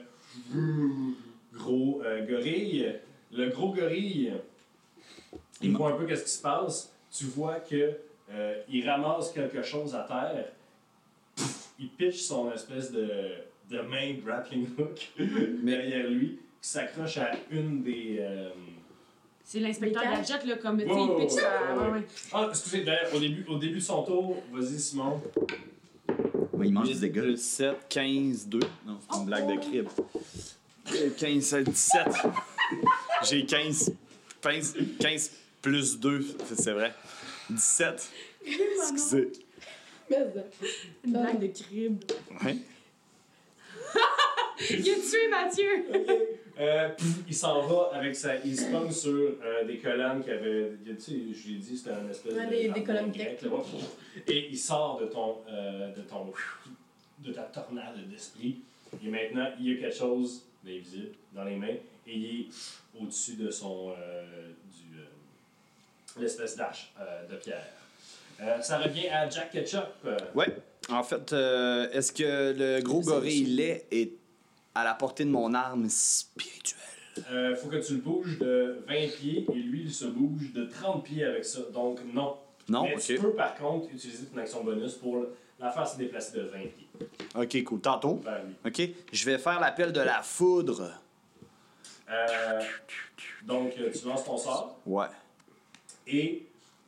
Speaker 1: gros gorille. Le gros gorille, il voit un peu qu'est-ce qui se passe. Tu vois que il ramasse quelque chose à terre. Il pitch son espèce de main grappling hook derrière lui, qui s'accroche à une des.
Speaker 5: C'est l'inspecteur
Speaker 3: Les
Speaker 5: Gadget, là, comme, tu sais,
Speaker 1: Ouais,
Speaker 5: il pitch
Speaker 1: ouais,
Speaker 5: sa...
Speaker 1: ouais,
Speaker 5: Ouais,
Speaker 1: ouais.
Speaker 5: ouais.
Speaker 1: Ah, excusez, d'ailleurs, au début de son tour, vas-y, Simon.
Speaker 2: Ouais, il mange
Speaker 4: 8,
Speaker 2: des dégâts.
Speaker 4: 7, 15, 2. Non, c'est une blague de crib. 15, 17. J'ai 15 plus 2, c'est vrai. 17. Excusez.
Speaker 5: Une blague de crib.
Speaker 4: Ouais.
Speaker 5: Il a tué Mathieu!
Speaker 1: Il s'en va avec sa. Il se pogne sur des colonnes qui avaient. Tu sais, je l'ai dit, c'était un espèce
Speaker 3: Ouais,
Speaker 1: de.
Speaker 3: des
Speaker 1: jardin
Speaker 3: colonnes
Speaker 1: grec,
Speaker 3: grecques.
Speaker 1: là. Et il sort de ta tornade d'esprit. Et maintenant, il y a quelque chose d'invisible dans les mains. Et il est au-dessus de son. L'espèce d'arche de pierre. Ça revient à Jack Ketchup.
Speaker 4: Ouais. En fait, est-ce que le gros gorille est à la portée de mon arme spirituelle?
Speaker 1: Faut que tu le bouges de 20 pieds et lui, il se bouge de 30 pieds avec ça. Donc, non.
Speaker 4: Non,
Speaker 1: Mais
Speaker 4: ok.
Speaker 1: tu peux, par contre, utiliser ton action bonus pour la faire se déplacer de 20 pieds
Speaker 4: Ok, cool. Tantôt.
Speaker 1: vers lui.
Speaker 4: Ok. Je vais faire l'appel de la foudre.
Speaker 1: Donc, tu lances ton sort
Speaker 4: Ouais.
Speaker 1: et.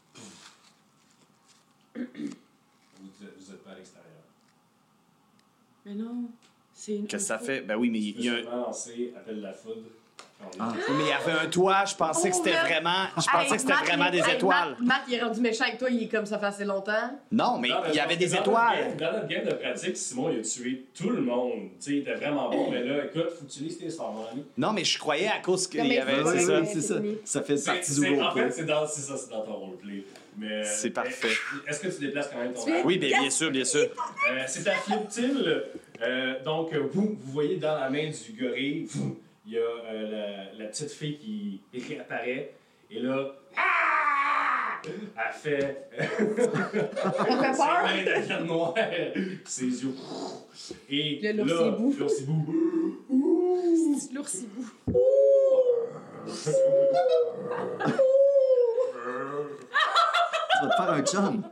Speaker 1: Vous êtes pas à l'extérieur.
Speaker 5: Mais non, c'est une...
Speaker 4: Qu'est-ce que ça fait? Ben oui, mais
Speaker 1: Tu peux
Speaker 4: il y a un...
Speaker 1: seulement lancer appel de la foudre. quand on est-
Speaker 2: Ah.
Speaker 4: Oui, mais il y avait un toit, je pensais que c'était vraiment... Je pensais que c'était vraiment des étoiles.
Speaker 3: Matt, il est rendu méchant avec toi, il est comme ça fait assez longtemps.
Speaker 4: Non, mais
Speaker 1: Non,
Speaker 4: il y
Speaker 1: parce
Speaker 4: avait
Speaker 1: que
Speaker 4: des
Speaker 1: dans notre
Speaker 4: étoiles.
Speaker 1: game- Dans notre game de pratique, Simon, il a tué tout le monde. Tu sais, il était vraiment bon, mais là, écoute, faut que tu utilises tes sorts, mon ami.
Speaker 4: Non, mais je croyais à cause qu'il
Speaker 3: Non, mais
Speaker 4: y avait...
Speaker 3: faut-
Speaker 4: C'est
Speaker 2: Ouais,
Speaker 4: ça.
Speaker 2: ouais, c'est ça. Ça fait partie du
Speaker 1: En
Speaker 2: roleplay.
Speaker 1: fait, c'est ça, c'est dans ton roleplay. Mais,
Speaker 4: C'est parfait.
Speaker 1: Est-ce que tu déplaces quand même ton
Speaker 3: Tu es-
Speaker 1: arme?
Speaker 4: Oui, bien sûr, bien sûr.
Speaker 1: C'est à Fliptil. Donc, vous voyez dans la main du gorille, il y a la petite fille qui réapparaît. Et là, Elle fait.
Speaker 3: Ça fait
Speaker 1: Ses
Speaker 3: peur.
Speaker 1: mains deviennent noires, ses yeux. Et
Speaker 3: Le
Speaker 1: là,
Speaker 3: l'oursibou.
Speaker 1: l'oursibou.
Speaker 5: C'est l'oursibou.
Speaker 2: Tu vas te faire un chum.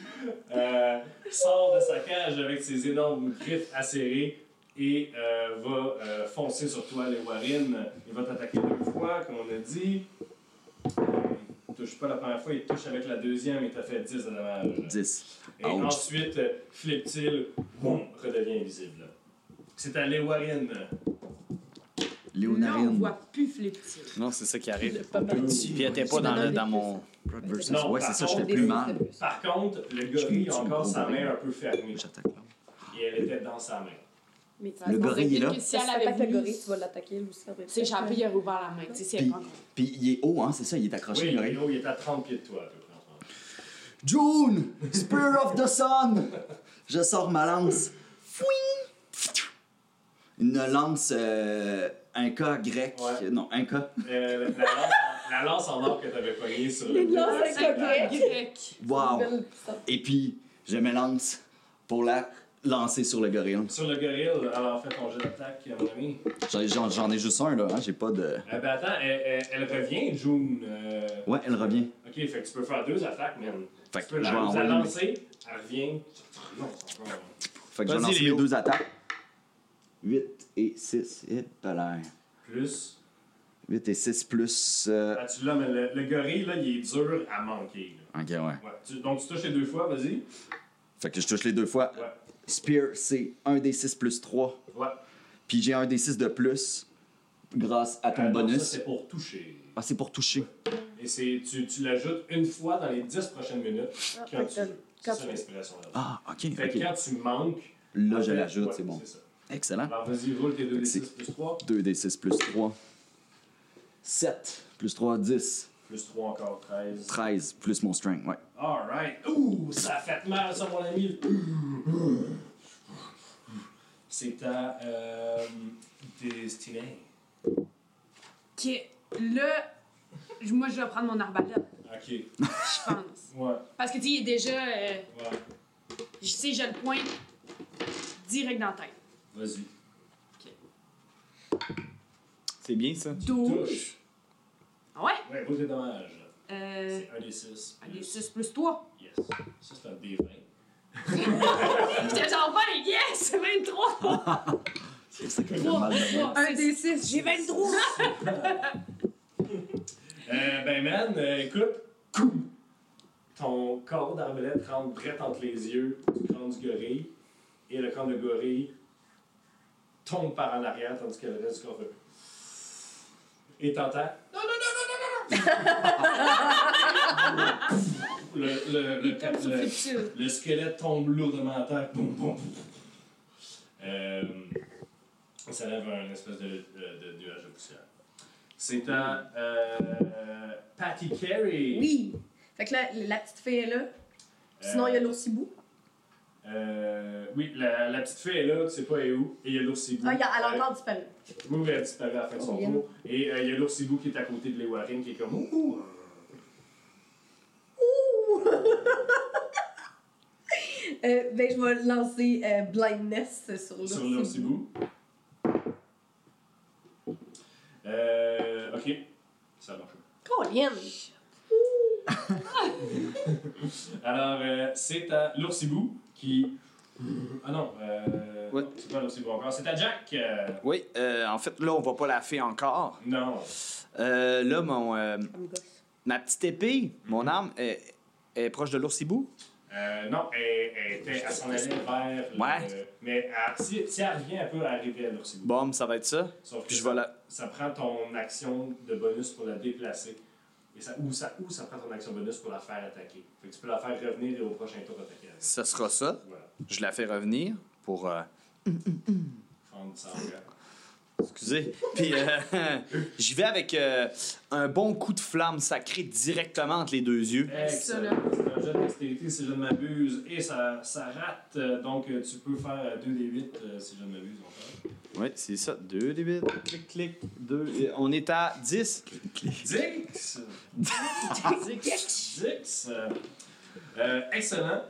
Speaker 1: Sort de sa cage avec ses énormes griffes acérées et va foncer sur toi, les Warren. Il va t'attaquer 2 fois, comme on a dit. Il touche pas la première fois, il touche avec la deuxième et t'a fait 10 de dommage.
Speaker 2: 10.
Speaker 1: Et
Speaker 2: Ouch.
Speaker 1: ensuite, Flip-til, boum, redevient invisible. C'est à les Warren.
Speaker 5: Là, on
Speaker 2: Léonarine.
Speaker 5: voit plus Flip-til.
Speaker 4: Non, c'est ça qui arrive.
Speaker 3: Pas mal.
Speaker 4: Puis elle était pas dans mon.
Speaker 2: Blood versus.
Speaker 1: Non,
Speaker 2: Ouais,
Speaker 1: par
Speaker 2: c'est ça, je fais
Speaker 1: contre,
Speaker 2: plus mal.
Speaker 1: Par contre, le gorille a encore sa main un peu fermée.
Speaker 2: J'attaque là.
Speaker 1: Et elle était dans sa main.
Speaker 3: Mais
Speaker 2: Le gorille est là.
Speaker 5: Si
Speaker 3: si
Speaker 5: elle avait
Speaker 3: le
Speaker 5: voulu
Speaker 3: gorille, tu vas l'attaquer lui aussi.
Speaker 5: s'échapper, il aurait ouvert la main. Tu sais, si elle
Speaker 2: Puis,
Speaker 5: prend compte.
Speaker 2: puis il est haut, hein, c'est ça, il est accroché.
Speaker 1: Oui,
Speaker 2: le gorille.
Speaker 1: il est à 30 pieds de toi, à peu près. en ce
Speaker 2: June! Spear of the Sun! Je sors ma lance. Fouing! Une lance Inca grec.
Speaker 1: Ouais.
Speaker 2: Non, Inca.
Speaker 1: moment. La lance en or que t'avais pognée sur le
Speaker 3: Une lance
Speaker 1: dos.
Speaker 3: Inca grec.
Speaker 5: grec.
Speaker 2: Wow! Et puis, je me lance pour la lancer sur le gorille.
Speaker 1: Sur le gorille, alors fais ton jet d'attaque, mon ami.
Speaker 2: J'en ai juste un, là. Hein, j'ai pas de...
Speaker 1: Ben attends, elle revient, June.
Speaker 2: Ouais, elle revient.
Speaker 1: Ok, fait que tu peux faire 2 attaques, man.
Speaker 2: Fait
Speaker 1: Tu
Speaker 2: que
Speaker 1: peux
Speaker 2: je vais
Speaker 1: la
Speaker 2: envoyer...
Speaker 1: lancer, elle revient. Non, c'est encore...
Speaker 2: Fait que je vais
Speaker 4: Vas-y,
Speaker 2: lancer
Speaker 4: Léo.
Speaker 2: les 2 attaques. 8 et 6. Et pas l'air.
Speaker 1: Plus.
Speaker 2: 8 et 6 plus...
Speaker 1: Ah, tu l'as, mais le gorille, là, il est dur à manquer. Là.
Speaker 2: Ok, ouais.
Speaker 1: Ouais. Donc tu touches les 2 fois, vas-y.
Speaker 2: Fait que je touche les 2 fois.
Speaker 1: Ouais.
Speaker 2: Spear, c'est 1d6 plus 3.
Speaker 1: Ouais.
Speaker 2: Puis j'ai un d6 de plus grâce à ton
Speaker 1: Donc,
Speaker 2: bonus.
Speaker 1: ça, c'est pour toucher.
Speaker 2: Ah, c'est pour toucher.
Speaker 1: Et tu l'ajoutes une fois dans les 10 prochaines minutes
Speaker 3: Ah,
Speaker 1: quand
Speaker 3: fait
Speaker 1: tu
Speaker 3: que
Speaker 1: veux.
Speaker 3: quand
Speaker 1: C'est ça
Speaker 3: tu-
Speaker 1: l'inspiration. Là.
Speaker 2: Ah, ok,
Speaker 1: Fait que
Speaker 2: ok.
Speaker 1: quand tu manques...
Speaker 2: Là,
Speaker 1: en
Speaker 2: je
Speaker 1: fait,
Speaker 2: l'ajoute,
Speaker 1: ouais,
Speaker 2: c'est bon.
Speaker 1: C'est ça.
Speaker 2: Excellent.
Speaker 1: Alors vas-y, roule tes 2d6
Speaker 2: c'est-
Speaker 1: plus 3.
Speaker 2: 2d6 plus 3. 7 plus 3, 10.
Speaker 1: Plus 3 encore, 13.
Speaker 2: 13 plus mon strength, ouais.
Speaker 1: Alright. Ouh, ça a fait mal, ça, mon ami. C'est à Destiné.
Speaker 5: Ok, là, moi, je vais prendre mon arbalète,
Speaker 1: Ok.
Speaker 5: je pense.
Speaker 1: Ouais.
Speaker 5: Parce que, tu sais, il est déjà.
Speaker 1: Ouais.
Speaker 5: Je sais, j'ai le point direct dans la tête.
Speaker 1: Vas-y.
Speaker 4: C'est bien ça.
Speaker 5: 12.
Speaker 1: Touche.
Speaker 5: Ah ouais?
Speaker 1: Ouais, roule tes dommages.
Speaker 5: Euh.
Speaker 1: C'est 1 des 6.
Speaker 5: Un des 6 plus 3.
Speaker 1: Yes. Ça, c'est un D20.
Speaker 5: J'étais genre 20, yes! 23!
Speaker 2: C'est ça qui fait mal. de moi.
Speaker 3: Un des 6, j'ai 23.
Speaker 1: Ben, man, écoute. Ton corps d'arbalète rentre direct entre les yeux du crâne du gorille. Et le crâne de gorille tombe par en arrière, tandis que le reste du corps fait. Et t'entends. Non, non, non, non, non,
Speaker 5: Comme sur Flip-til.
Speaker 1: le squelette tombe lourdement à terre. Boum, boum. Ça lève un espèce de nuage de poussière. C'est à Patty Carey.
Speaker 3: Oui. Fait que là, la petite fée est là. Sinon, il y a l'oursibou.
Speaker 1: Oui, la petite fée est là, tu sais pas elle est où. Et il y a l'oursibou.
Speaker 3: Ah, elle a encore disparu.
Speaker 1: Oui, elle a disparu à la fin de son
Speaker 3: Oh, bien.
Speaker 1: tour. Et il y a l'oursibou qui est à côté de Lewarine qui est comme ouh.
Speaker 3: Ben, je vais lancer Blindness sur
Speaker 1: Sur
Speaker 3: l'oursibou.
Speaker 1: l'oursibou. Ok. Ça marche.
Speaker 3: Colin!
Speaker 1: Alors, c'est à l'oursibou qui. Ah non,
Speaker 4: Ouais.
Speaker 1: c'est pas l'oursibou encore. C'est à Jack.
Speaker 4: Oui, en fait, là, on va pas la faire encore.
Speaker 1: Non.
Speaker 4: Là,
Speaker 3: Ça me gosse.
Speaker 4: ma petite épée, mon arme, est proche de l'oursibou.
Speaker 1: Non, elle s'en allait vers.
Speaker 4: Ouais.
Speaker 1: Mais si elle revient, elle peut arriver à l'oursibou.
Speaker 4: Bon, ça va être ça.
Speaker 1: Sauf que
Speaker 4: Puis je
Speaker 1: ça,
Speaker 4: vais la...
Speaker 1: ça prend ton action de bonus pour la déplacer. Et ça prend ton action bonus pour la faire attaquer. Fait que tu peux la faire revenir et au prochain tour attaquer avec.
Speaker 4: Ça sera ça.
Speaker 1: Voilà.
Speaker 4: Je la fais revenir pour...
Speaker 1: Fendre sans gars.
Speaker 4: Excusez. Puis j'y vais avec un bon coup de flamme sacrée directement entre les deux yeux.
Speaker 5: Ça, là.
Speaker 1: Excellent. C'est un jet jet de dextérité si je ne m'abuse, et ça rate. Donc, tu peux faire 2d8 si je ne m'abuse.
Speaker 4: Oui, c'est ça. 2 des 8. Clic, clic. 2. On est à 10.
Speaker 1: Dix! Dix! Excellent.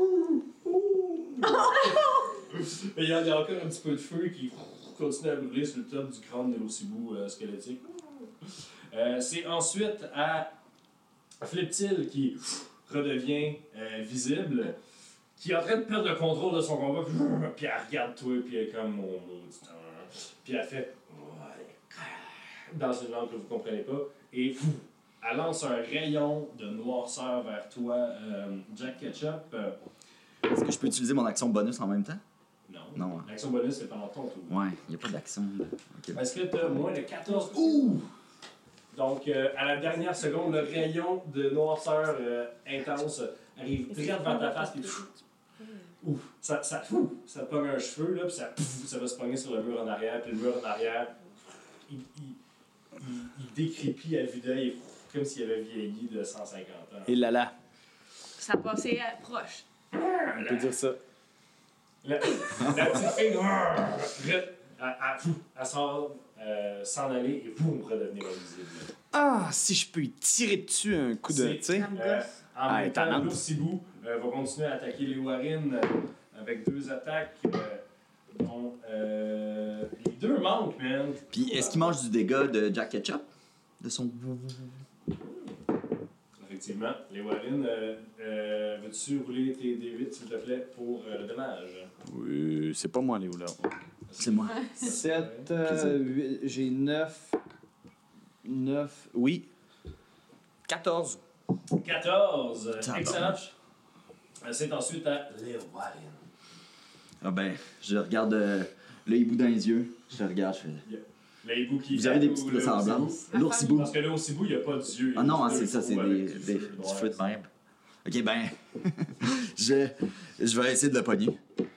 Speaker 1: Il y a encore un petit peu de feu qui continue à brûler sur le top du crâne de l'Ossibou squelettique. C'est ensuite à Fliptil qui redevient visible, qui est en train de perdre le contrôle de son combat, puis elle regarde toi, puis elle est comme mon maudit. Puis elle fait dans une langue que vous comprenez pas, et elle lance un rayon de noirceur vers toi, Jack Ketchup.
Speaker 2: Est-ce que je peux utiliser mon action bonus en même temps?
Speaker 1: Non.
Speaker 2: Non, hein.
Speaker 1: L'action bonus, c'est pendant ton tour.
Speaker 2: Ouais, il n'y a pas d'action. Ok.
Speaker 1: Est-ce que tu as moins de 14? Ouh! Donc, à la dernière seconde, le rayon de noirceur intense arrive direct vers ta face, puis ouf, ça te pogne un cheveu, là, puis ça va se pogner sur le mur en arrière, puis le mur en arrière, il décrépit à vue d'œil, comme s'il avait vieilli de 150 ans.
Speaker 4: Et là.
Speaker 5: Ça passait proche.
Speaker 4: On peut dire ça.
Speaker 1: La petite fille, elle sort s'en aller et boum, redevenir invisible.
Speaker 4: Ah, si je peux y tirer dessus un coup de. Tu sais.
Speaker 1: En même temps,
Speaker 4: étonnante.
Speaker 1: l'Ossibou va continuer à attaquer les Warren avec 2 attaques dont les 2 manquent, man.
Speaker 2: Puis est-ce qu'il mange du dégât de Jack Ketchup? De son.
Speaker 1: Effectivement, les Warren, veux-tu rouler tes D8 s'il te plaît pour le dommage?
Speaker 4: Oui, c'est pas moi, les là.
Speaker 2: C'est moi.
Speaker 4: 7, 8, j'ai 9. 9. Oui. 14.
Speaker 1: 14!
Speaker 2: Ça
Speaker 1: Excellent! C'est ensuite à les Warren.
Speaker 2: Ah ben, je regarde le hibou dans les yeux. Je le regarde, je fais.
Speaker 1: Le hibou qui
Speaker 2: Vous avez des
Speaker 1: ou
Speaker 2: petites
Speaker 1: le
Speaker 2: ressemblances.
Speaker 1: Ossibou?
Speaker 2: L'oursibou.
Speaker 1: Parce que le Ossibou, il n'y a pas d'yeux.
Speaker 2: Ah non,
Speaker 1: Il y a
Speaker 2: c'est ça,
Speaker 1: deux
Speaker 2: c'est
Speaker 1: trous avec
Speaker 2: du
Speaker 1: feu
Speaker 2: feu de même. Ok, ben, je vais essayer de le pogner.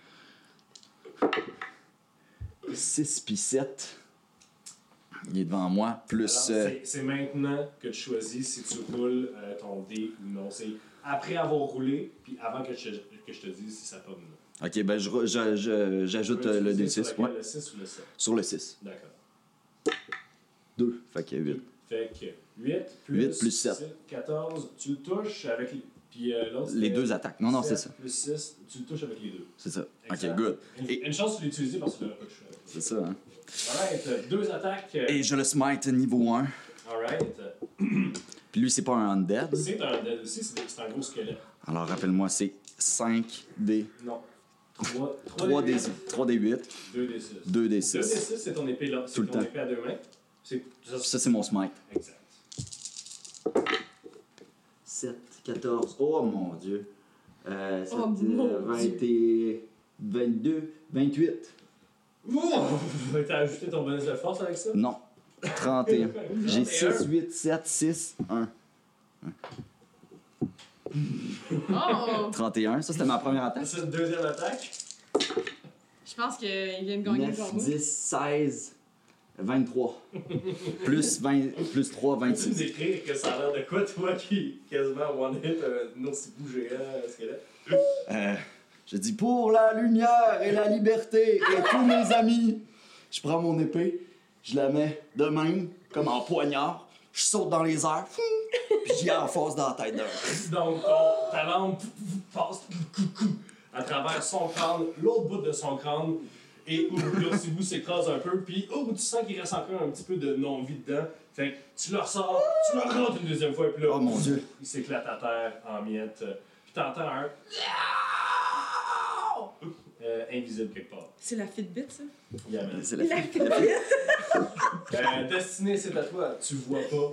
Speaker 2: 6 puis 7. Il est devant moi, plus...
Speaker 1: Alors, c'est maintenant que tu choisis si tu roules ton dé ou non. C'est après avoir roulé, puis avant que je te dise si ça pomme.
Speaker 2: Ok, ben, j'ajoute le D6. Ouais.
Speaker 1: Le 6 ou le 7?
Speaker 2: Sur le 6.
Speaker 1: D'accord.
Speaker 2: 2, fait que 8.
Speaker 1: Fait que 8
Speaker 2: 8 plus 7.
Speaker 1: 14, tu le touches avec... Puis l'autre,
Speaker 2: Les
Speaker 1: c'était
Speaker 2: 2 attaques. Non,
Speaker 1: 7
Speaker 2: c'est ça.
Speaker 1: Plus 6, tu le touches avec les 2.
Speaker 2: C'est ça.
Speaker 1: Excellent.
Speaker 2: Ok, good.
Speaker 1: Une chance, tu l'as utilisé parce que tu l'aurais pas touché avec.
Speaker 2: C'est ça, hein.
Speaker 1: Alright, 2 attaques.
Speaker 2: Et je le smite niveau 1.
Speaker 1: Alright.
Speaker 2: Puis lui, c'est pas un undead.
Speaker 1: C'est un dead aussi, c'est un gros squelette.
Speaker 2: Alors, rappelle-moi, c'est 5D.
Speaker 1: Non.
Speaker 2: 3D8.
Speaker 1: 2d6.
Speaker 2: 2D6.
Speaker 1: 2d6, c'est ton épée là.
Speaker 2: Tout
Speaker 1: C'est
Speaker 2: le
Speaker 1: ton
Speaker 2: temps.
Speaker 1: épée à 2 mains.
Speaker 2: Ça, c'est mon smite.
Speaker 1: Exact.
Speaker 2: 7, 14. Oh mon dieu. 7,
Speaker 5: Oh, mon
Speaker 2: 20
Speaker 5: Dieu.
Speaker 2: et 22, 28.
Speaker 1: T'as ajouté ton bonus de force avec ça?
Speaker 2: Non. 31. J'ai 6,
Speaker 1: 31.
Speaker 2: 8, 7, 6, 1.
Speaker 5: Oh!
Speaker 2: 31. Ça, c'était ma première attaque.
Speaker 1: C'est une deuxième attaque.
Speaker 5: Je pense qu'il vient de gagner le
Speaker 2: 9,
Speaker 5: combat.
Speaker 2: 10, 16, 23. Plus 20, plus 3,
Speaker 1: Peux-tu me
Speaker 2: 26.
Speaker 1: décrire que ça a l'air de quoi, toi, qui quasiment one-hit un Ossibou géant squelette?
Speaker 2: Je dis pour la lumière et la liberté et tous mes amis. Je prends mon épée, je la mets de même, comme en poignard. Je saute dans les airs, puis j'y enfonce dans la tête d'un.
Speaker 1: Donc, ta lampe passe à travers son crâne, l'autre bout de son crâne, et l'Ossibou s'écrase un peu, puis tu sens qu'il reste encore un petit peu de non-vie dedans. Fait que tu le ressors, tu le rentres une deuxième fois, puis là,
Speaker 2: Oh mon Dieu.
Speaker 1: il s'éclate à terre en miettes. Puis t'entends un invisible quelque part.
Speaker 5: C'est la Fitbit, ça?
Speaker 1: Yeah, man.
Speaker 2: C'est la fille.
Speaker 1: Destinée, c'est à toi. Tu vois pas.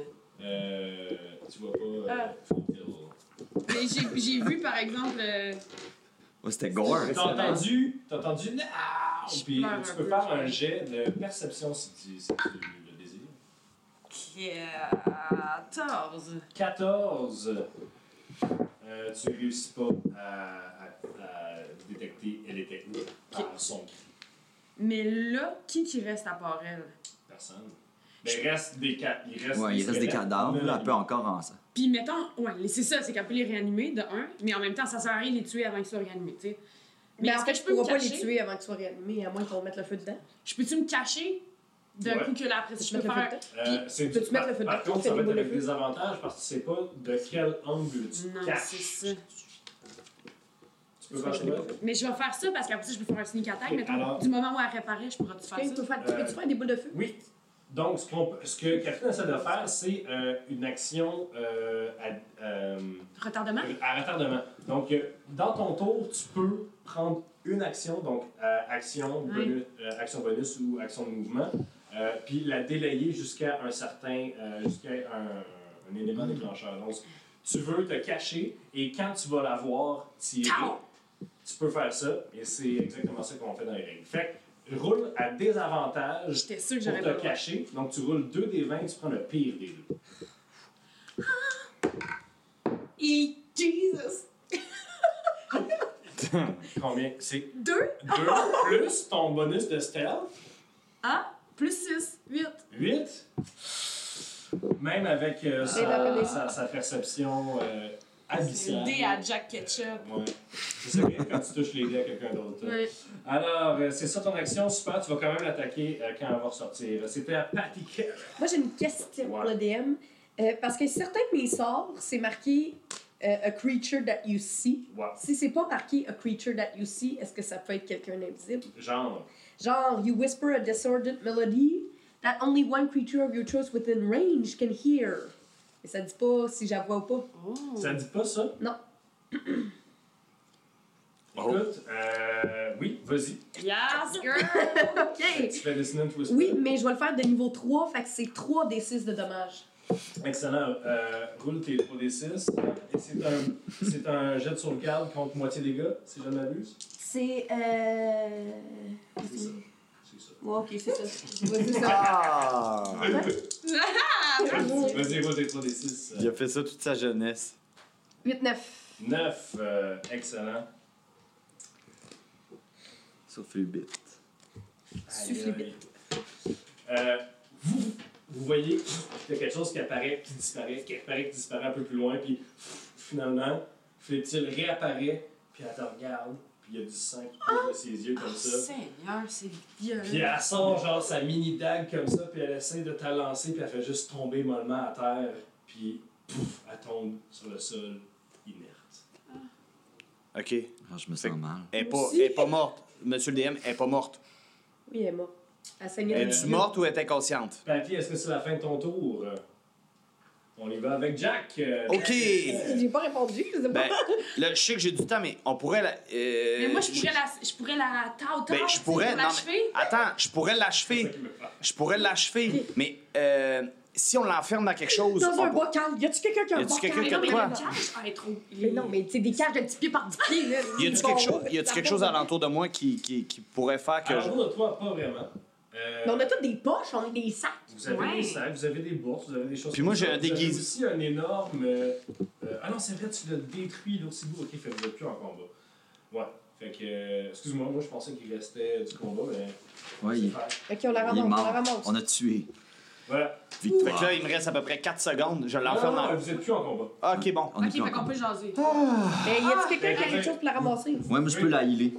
Speaker 1: Phil.
Speaker 5: Mais j'ai vu, par exemple.
Speaker 2: Ouais, c'était gore.
Speaker 1: T'as entendu non! Puis
Speaker 5: pleure
Speaker 1: tu
Speaker 5: un
Speaker 1: peux
Speaker 5: peu,
Speaker 1: faire
Speaker 5: je
Speaker 1: un jet de perception si tu le désires.
Speaker 5: 14.
Speaker 1: 14. Tu réussis pas à détecter elle est technique par son cri.
Speaker 5: Mais là, qui reste à part elle?
Speaker 1: Personne. Mais il reste des
Speaker 2: Ouais, il reste des cadavres, là, elle peut encore en ça.
Speaker 5: Puis mettons, ouais, c'est ça, c'est qu'elle peut les réanimer de un, mais en même temps, ça sert à rien de les tuer avant qu'ils soient réanimés, tu sais.
Speaker 3: Mais
Speaker 5: est-ce
Speaker 3: en
Speaker 5: que
Speaker 3: fait,
Speaker 5: je
Speaker 3: je
Speaker 5: peux me
Speaker 3: pourrais pas les
Speaker 5: cacher?
Speaker 3: tuer avant qu'ils soient réanimés, à moins qu'on mette le feu dedans.
Speaker 5: Je peux-tu me cacher d'un
Speaker 1: Ouais.
Speaker 5: coup que là, après,
Speaker 3: Tu
Speaker 5: je
Speaker 3: peux
Speaker 5: peux
Speaker 3: mettre le
Speaker 5: faire.
Speaker 3: feu dedans?
Speaker 1: Peux-tu
Speaker 3: mettre le feu
Speaker 1: Par
Speaker 3: dedans?
Speaker 1: contre,
Speaker 3: Tu fais
Speaker 1: ça va
Speaker 3: des
Speaker 1: être
Speaker 3: boules de
Speaker 1: avec
Speaker 3: feu.
Speaker 1: des avantages parce que tu sais pas de quel angle tu te
Speaker 5: Non,
Speaker 1: caches.
Speaker 5: c'est ça.
Speaker 1: Tu peux faire ça.
Speaker 5: Mais je vais faire ça parce qu'après ça, je peux faire un sneak attack.
Speaker 1: Ok,
Speaker 5: Mettons,
Speaker 1: alors-
Speaker 5: du moment où elle réapparaît, je pourrais te faire
Speaker 3: Ok,
Speaker 5: ça.
Speaker 3: peux-tu faire des boules de feu?
Speaker 1: Oui. Donc, ce que Catherine essaie de faire, c'est une action
Speaker 5: Retardement?
Speaker 1: à retardement. Donc, dans ton tour, tu peux prendre une action, donc action bonus ou action de mouvement, puis la délayer jusqu'à un certain, jusqu'à un élément déclencheur. Donc, tu veux te cacher et quand tu vas la voir tirer,
Speaker 5: Ciao!
Speaker 1: tu peux faire ça et c'est exactement ça qu'on fait dans les règles. Fait que roule à désavantage
Speaker 5: J'étais sûre que
Speaker 1: pour
Speaker 5: j'aurais pas
Speaker 1: te
Speaker 5: le droit.
Speaker 1: cacher. Donc, tu roules 2 des 20, tu prends le pire des deux.
Speaker 5: Et Jesus!
Speaker 1: Combien? C'est
Speaker 5: 2?
Speaker 1: 2 plus ton bonus de stealth.
Speaker 5: Ah! Plus 6. 8.
Speaker 1: 8. Même avec sa perception
Speaker 5: C'est
Speaker 1: abyssale.
Speaker 5: le dé à Jack Ketchup.
Speaker 1: Ouais. C'est bien quand tu touches les dés à quelqu'un d'autre.
Speaker 5: Ouais.
Speaker 1: Alors, c'est ça ton action. Super, tu vas quand même l'attaquer quand elle va ressortir. C'était à Patty Kerr.
Speaker 3: Moi, j'ai une question pour
Speaker 1: Ouais.
Speaker 3: le DM. Parce que certains de mes sorts, c'est marqué a creature that you see.
Speaker 1: Ouais.
Speaker 3: Si c'est pas marqué a creature that you see, est-ce que ça peut être quelqu'un d'invisible?
Speaker 1: Genre,
Speaker 3: Genre, you whisper a discordant melody that only one creature of your choice within range can hear. Et ça dit pas si je la vois ou pas.
Speaker 5: Oh.
Speaker 1: ça dit pas ça?
Speaker 3: Non.
Speaker 1: Écoute, oui, vas-y.
Speaker 5: Yes, girl!
Speaker 3: OK.
Speaker 1: Tu fais Dissonant Whisper.
Speaker 3: Oui, mais je vais le faire de niveau 3, fait que c'est 3 des 6 de dommages.
Speaker 1: Excellent. Roule tes 3d6. Et c'est un jet de sauvegarde contre moitié dégâts, si je ne m'abuse.
Speaker 3: C'est.
Speaker 1: C'est ça. C'est ça.
Speaker 3: Ouais, ok, c'est ça. Ouais, c'est ça.
Speaker 4: Ah!
Speaker 1: Vas-y, roule tes 3d6.
Speaker 4: Il a fait ça toute sa jeunesse.
Speaker 3: 8-9.
Speaker 1: 9. Excellent.
Speaker 2: Sauf le bit.
Speaker 3: Suffit
Speaker 1: Aïe, aïe. Vous voyez qu'il y a quelque chose qui apparaît, qui disparaît, qui disparaît un peu plus loin, puis finalement, Flip-Til réapparaît, puis elle te regarde, puis il y a du sang qui coule de ses yeux comme ça.
Speaker 5: Seigneur, c'est violent.
Speaker 1: Puis elle sort genre sa mini dague comme ça, puis elle essaie de te lancer, puis elle fait juste tomber mollement à terre, puis pouf, elle tombe sur le sol, inerte.
Speaker 4: OK.
Speaker 2: Ah, je me sens mal.
Speaker 4: Elle est pas morte. Monsieur le DM, elle est pas morte.
Speaker 3: Oui, elle est morte. Elle saignait des
Speaker 4: Es-tu
Speaker 3: yeux.
Speaker 4: morte ou elle était inconsciente?
Speaker 1: Patty, est-ce que c'est la fin de ton tour? On y va avec Jack.
Speaker 4: OK!
Speaker 3: J'ai pas répondu, je sais pas.
Speaker 4: Ben, là, je sais que j'ai du temps, mais on pourrait la.
Speaker 5: Mais moi, je pourrais la tao
Speaker 4: Ben, je pourrais. Non, mais, attends, je pourrais l'achever. Je pourrais l'achever. Mais si on l'enferme dans quelque chose.
Speaker 3: Dans un
Speaker 4: on-
Speaker 3: bocal. Y a-tu quelqu'un qui a un
Speaker 4: Y a-tu
Speaker 3: bocal?
Speaker 4: quelqu'un qui a de quoi?
Speaker 3: Mais non, mais tu sais, des cages de 10 pieds par 10 pieds, là.
Speaker 4: Y a-tu quelque chose alentour de moi qui pourrait faire que.
Speaker 1: Alors, de toi, pas vraiment.
Speaker 3: Mais on a tous des poches, on a des sacs.
Speaker 1: Vous avez des sacs, vous avez des bourses, vous avez des choses.
Speaker 4: Puis moi,
Speaker 1: comme
Speaker 4: j'ai
Speaker 1: ça.
Speaker 4: un
Speaker 1: Vous avez
Speaker 4: déguise-
Speaker 1: aussi un énorme. Ah non, c'est vrai, tu l'as détruit l'autre bout. Ok, fait que vous n'êtes plus en combat. Ouais. Fait que. Excuse-moi, moi je pensais qu'il restait du combat, mais.
Speaker 2: Ouais,
Speaker 1: c'est
Speaker 2: il,
Speaker 1: fait.
Speaker 3: Ok, on la
Speaker 2: il est
Speaker 3: ramasse, on la
Speaker 2: mort.
Speaker 3: ramasse.
Speaker 2: On a tué.
Speaker 1: Voilà.
Speaker 4: Fait que
Speaker 2: Victoire.
Speaker 4: là, il me reste à peu près 4 secondes. Je
Speaker 1: Non,
Speaker 4: l'enferme
Speaker 1: non,
Speaker 4: dans.
Speaker 1: vous n'êtes plus en combat.
Speaker 4: Ah, ok, bon.
Speaker 2: On est
Speaker 5: Ok,
Speaker 2: plus
Speaker 5: fait qu'on
Speaker 2: encore.
Speaker 5: peut jaser.
Speaker 3: Mais y a-tu quelqu'un qui a
Speaker 1: Ben,
Speaker 3: quelque chose pour la ramasser?
Speaker 2: Ouais, moi, je peux la healer.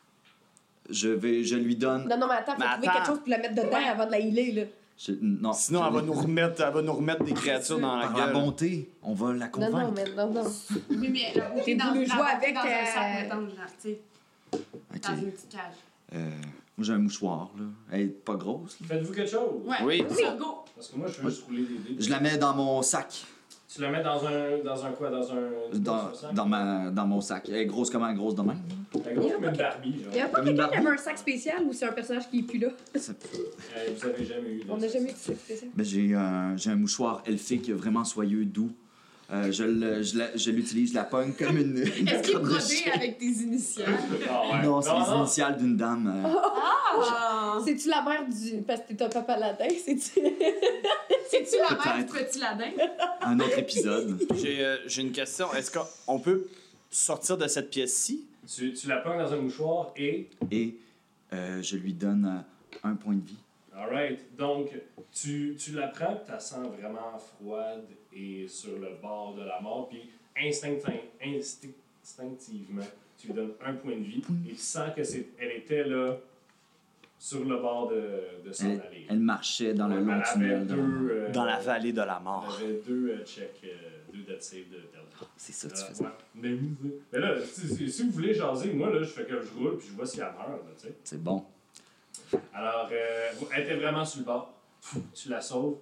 Speaker 2: Je lui donne.
Speaker 3: Non, non, mais attends, faut
Speaker 4: Mais
Speaker 3: trouver
Speaker 4: attends.
Speaker 3: quelque chose pour la mettre dedans avant de la healer, là.
Speaker 2: Non.
Speaker 4: Sinon, elle va nous remettre des créatures dans la
Speaker 2: Par la
Speaker 4: gueule.
Speaker 2: bonté, on va la
Speaker 3: Non, non,
Speaker 2: convaincre.
Speaker 3: mais non, non.
Speaker 5: Oui, mais la beauté
Speaker 3: T'es
Speaker 5: dans
Speaker 3: voulu
Speaker 5: la
Speaker 3: jouer
Speaker 5: beauté
Speaker 3: avec,
Speaker 5: dans un sac, mettons, genre, tu sais,
Speaker 2: Ok.
Speaker 5: dans une petite cage.
Speaker 2: Moi, j'ai un mouchoir, là. Elle est pas grosse, là.
Speaker 1: Faites-vous quelque chose?
Speaker 5: Ouais,
Speaker 4: Oui.
Speaker 5: ça, go!
Speaker 1: Parce que moi, je veux juste rouler des dés.
Speaker 2: Je la mets dans mon sac.
Speaker 1: Tu la mets dans un quoi? Dans un sac?
Speaker 2: Dans mon sac. Elle est grosse comment? Elle est grosse de même?
Speaker 1: Elle est grosse comme une Barbie, genre.
Speaker 3: Y a pas
Speaker 2: Comme une
Speaker 3: quelqu'un qui
Speaker 2: Barbie.
Speaker 3: avait un sac spécial ou c'est un personnage qui est plus là?
Speaker 2: Ça-
Speaker 1: Vous avez jamais eu.
Speaker 3: On n'a jamais eu de sac spécial.
Speaker 2: Ben, j'ai un mouchoir elfique vraiment soyeux, doux. Je l'utilise, je la pogne comme une.
Speaker 5: Est-ce qu'il est
Speaker 2: corde de
Speaker 5: brodé
Speaker 2: chien.
Speaker 5: avec tes initiales?
Speaker 1: Ah, ouais.
Speaker 2: Non, c'est les initiales d'une dame.
Speaker 5: Ah!
Speaker 3: C'est-tu la mère du. Parce que t'es un papa latin, c'est-tu.
Speaker 5: C'est-tu la mère du
Speaker 2: Peut-être.
Speaker 5: petit ladin?
Speaker 2: Un autre épisode.
Speaker 4: J'ai une question. Est-ce qu'on peut sortir de cette pièce-ci?
Speaker 1: Tu la pognes dans un mouchoir et.
Speaker 2: Et je lui donne un point de vie.
Speaker 1: Alright. Donc, tu la prends, tu la sens vraiment froide et sur le bord de la mort, puis instinctivement, tu lui donnes un point de vie et tu sens que elle était là sur le bord de s'en aller.
Speaker 2: Elle marchait dans le long
Speaker 1: Elle avait
Speaker 2: tunnel.
Speaker 4: Dans la vallée de la mort.
Speaker 1: Elle avait deux checks, deux death save de perdre.
Speaker 2: C'est ça que tu faisais.
Speaker 1: Ouais. Mais là, si vous voulez jaser, moi, là, je fais que je roule puis je vois si elle meurt, là, tu sais.
Speaker 2: C'est bon.
Speaker 1: Alors, elle était vraiment sur le bord. Tu la sauves.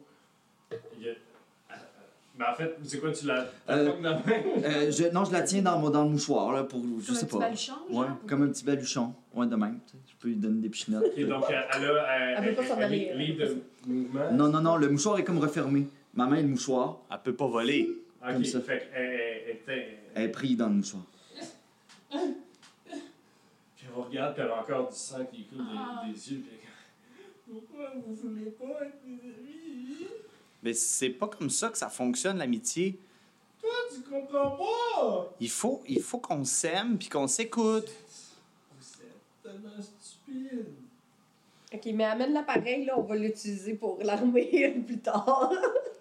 Speaker 1: Mais en fait, c'est quoi, tu la pognes dans la main?
Speaker 2: Non, je la tiens dans le mouchoir, là, pour. Je
Speaker 5: Comme
Speaker 2: sais
Speaker 5: un petit
Speaker 2: pas.
Speaker 5: baluchon,
Speaker 2: Ouais,
Speaker 5: genre?
Speaker 2: comme un petit baluchon. Ouais, de même. Tu sais, je peux lui donner des pichinottes.
Speaker 1: Et donc,
Speaker 3: Elle veut pas s'en aller,
Speaker 1: est libre de mouvement.
Speaker 2: Non, le mouchoir est comme refermé. Ma main est le mouchoir.
Speaker 4: Elle peut pas voler.
Speaker 1: Ok,
Speaker 2: comme ça.
Speaker 1: fait qu'elle était.
Speaker 2: Elle est prise dans le mouchoir.
Speaker 1: Puis elle vous regarde, puis elle a encore du sang qui coule des yeux. Puis elle... Pourquoi vous voulez pas être mes amis?
Speaker 4: Mais c'est pas comme ça que ça fonctionne, l'amitié.
Speaker 1: Toi, tu comprends pas!
Speaker 4: Il faut qu'on s'aime puis qu'on s'écoute.
Speaker 1: Vous êtes tellement stupide.
Speaker 3: Ok, mais amène l'appareil, là, on va l'utiliser pour l'armer plus tard.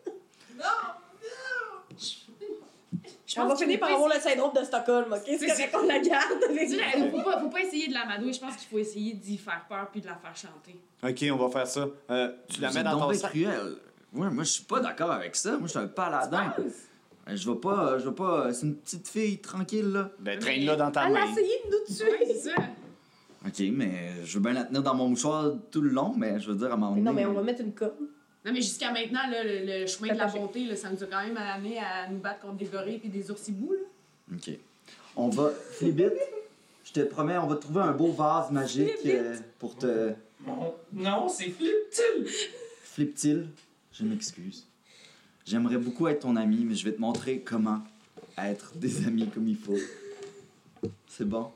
Speaker 3: On va finir par avoir le syndrome de Stockholm, ok? C'est correct qu'on la garde avec
Speaker 5: Tu sais,
Speaker 3: nous.
Speaker 5: faut pas essayer de l'amadouer. Je pense qu'il faut essayer d'y faire peur puis de la faire chanter.
Speaker 4: OK, on va faire ça. Tu la
Speaker 2: Vous
Speaker 4: mets
Speaker 2: êtes
Speaker 4: dans
Speaker 2: donc
Speaker 4: ton
Speaker 2: bien
Speaker 4: sac.
Speaker 2: cruel. Ouais, moi, je suis pas d'accord avec ça. Moi, je suis un paladin. Je vais pas. C'est une petite fille tranquille, là.
Speaker 4: Ben, traîne-la dans ta
Speaker 3: Elle a
Speaker 4: main.
Speaker 3: essayé de nous tuer.
Speaker 5: Ouais, c'est ça.
Speaker 2: Ok, mais je veux bien la tenir dans mon mouchoir tout le long, mais je veux dire, à un moment
Speaker 3: Mais
Speaker 2: donné.
Speaker 3: non, mais on va mettre une corde.
Speaker 5: Non, mais jusqu'à maintenant, là, le chemin de la
Speaker 3: Attaché.
Speaker 5: bonté, là, ça nous a quand même amené à nous battre contre des gorilles et des oursibous. Là.
Speaker 2: Ok. On va. Flibit, je te promets, on va trouver un beau vase magique pour te.
Speaker 1: Non, c'est Flip-Til!
Speaker 2: Flip-til, je m'excuse. J'aimerais beaucoup être ton ami, mais je vais te montrer comment être des amis comme il faut. C'est bon?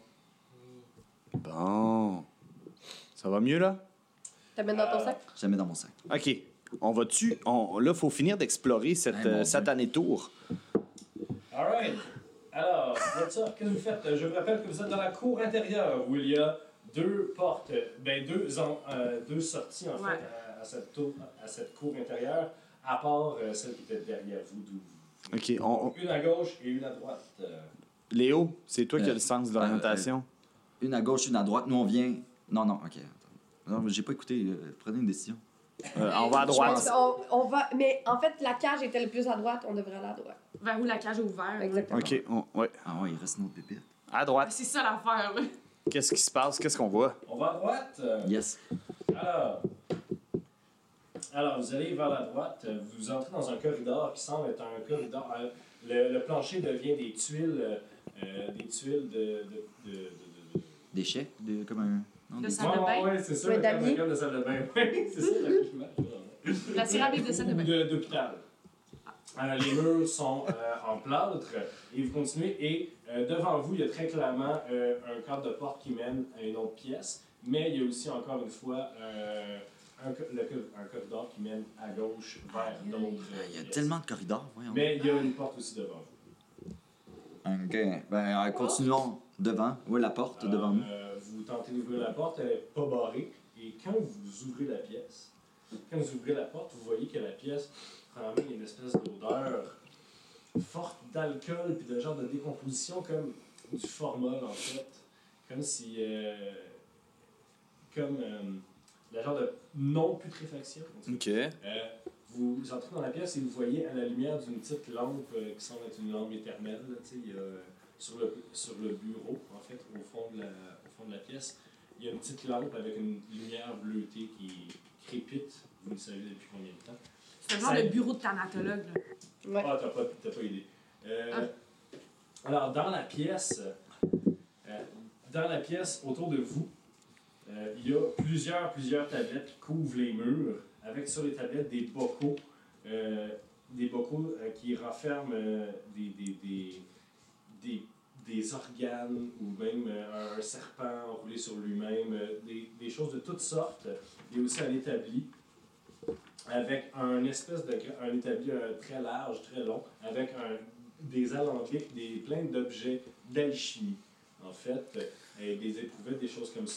Speaker 4: Bon. Ça va mieux, là?
Speaker 3: T'amènes dans ton sac?
Speaker 2: Je la mets dans mon sac.
Speaker 4: OK. On va-tu... Là, faut finir d'explorer cette
Speaker 2: Hey, mon Dieu.
Speaker 4: satanée tour.
Speaker 1: Alright. Alors, qu'est-ce que vous faites? Je vous rappelle que vous êtes dans la cour intérieure où il y a deux portes, deux sorties en
Speaker 5: Ouais.
Speaker 1: fait à cette cour intérieure, à part celle qui était derrière vous, d'où vous.
Speaker 4: OK.
Speaker 1: Une à gauche et une à droite.
Speaker 4: Léo, c'est toi qui as le sens de l'orientation.
Speaker 2: Une à gauche, une à droite. Nous, on vient. Non, ok. Attends. Non, mais j'ai pas écouté. Prenez une décision.
Speaker 4: On va à droite.
Speaker 3: On va... Mais en fait, la cage était le plus à droite, on devrait aller à droite.
Speaker 5: Vers où la cage est ouverte. là.
Speaker 3: Exactement.
Speaker 4: OK. Ouais.
Speaker 2: Ah ouais, il reste une autre pépite.
Speaker 4: À
Speaker 5: Ah,
Speaker 4: droite.
Speaker 5: c'est ça l'affaire, là.
Speaker 4: Qu'est-ce qui se passe? Qu'est-ce qu'on voit?
Speaker 1: On va à droite.
Speaker 2: Yes.
Speaker 1: Alors, vous allez vers la droite, vous entrez dans un corridor qui semble être un corridor. Le plancher devient des tuiles de
Speaker 2: Déchets, comme un. Non,
Speaker 5: De
Speaker 2: des-
Speaker 5: salle de bain.
Speaker 1: Ouais, c'est ça,
Speaker 3: Ouais,
Speaker 1: le
Speaker 3: damier.
Speaker 1: de salle de bain. Oui, c'est ça, la
Speaker 5: La céramique de salle de bain.
Speaker 1: d'hôpital. Les murs sont en plâtre et vous continuez et devant vous, il y a très clairement un cadre de porte qui mène à une autre pièce, mais il y a aussi encore une fois un corridor qui mène à gauche vers d'autres
Speaker 2: Il y a
Speaker 1: pièces.
Speaker 2: tellement de corridors. Voyons.
Speaker 1: Mais il y a une porte aussi devant vous.
Speaker 2: Ok. Ben, continuons devant. Oui, la porte
Speaker 1: Alors,
Speaker 2: devant nous.
Speaker 1: vous tentez d'ouvrir la porte, elle n'est pas barrée. Et quand vous ouvrez la pièce, quand vous ouvrez la porte, vous voyez que la pièce prend une espèce d'odeur forte d'alcool puis de genre de décomposition comme du formol en fait. Comme si... la genre de non-putréfaction.
Speaker 4: OK.
Speaker 1: Vous entrez dans la pièce et vous voyez à la lumière d'une petite lampe qui semble être une lampe éternelle. Là, il y a, sur le bureau, en fait, au fond de la pièce, il y a une petite lampe avec une lumière bleutée qui crépite. Vous le savez depuis combien de temps.
Speaker 5: C'est un genre de bureau de thanatologue, là.
Speaker 3: Ouais.
Speaker 1: Ah, t'as pas idée. Alors, dans la pièce, autour de vous, il y a plusieurs tablettes qui couvrent les murs, avec sur les tablettes des bocaux qui renferment des organes ou même un serpent enroulé sur lui-même, des choses de toutes sortes. Il y a aussi un établi avec un établi très large, très long, avec des alambics, plein d'objets d'alchimie, en fait, et des éprouvettes, des choses comme ça.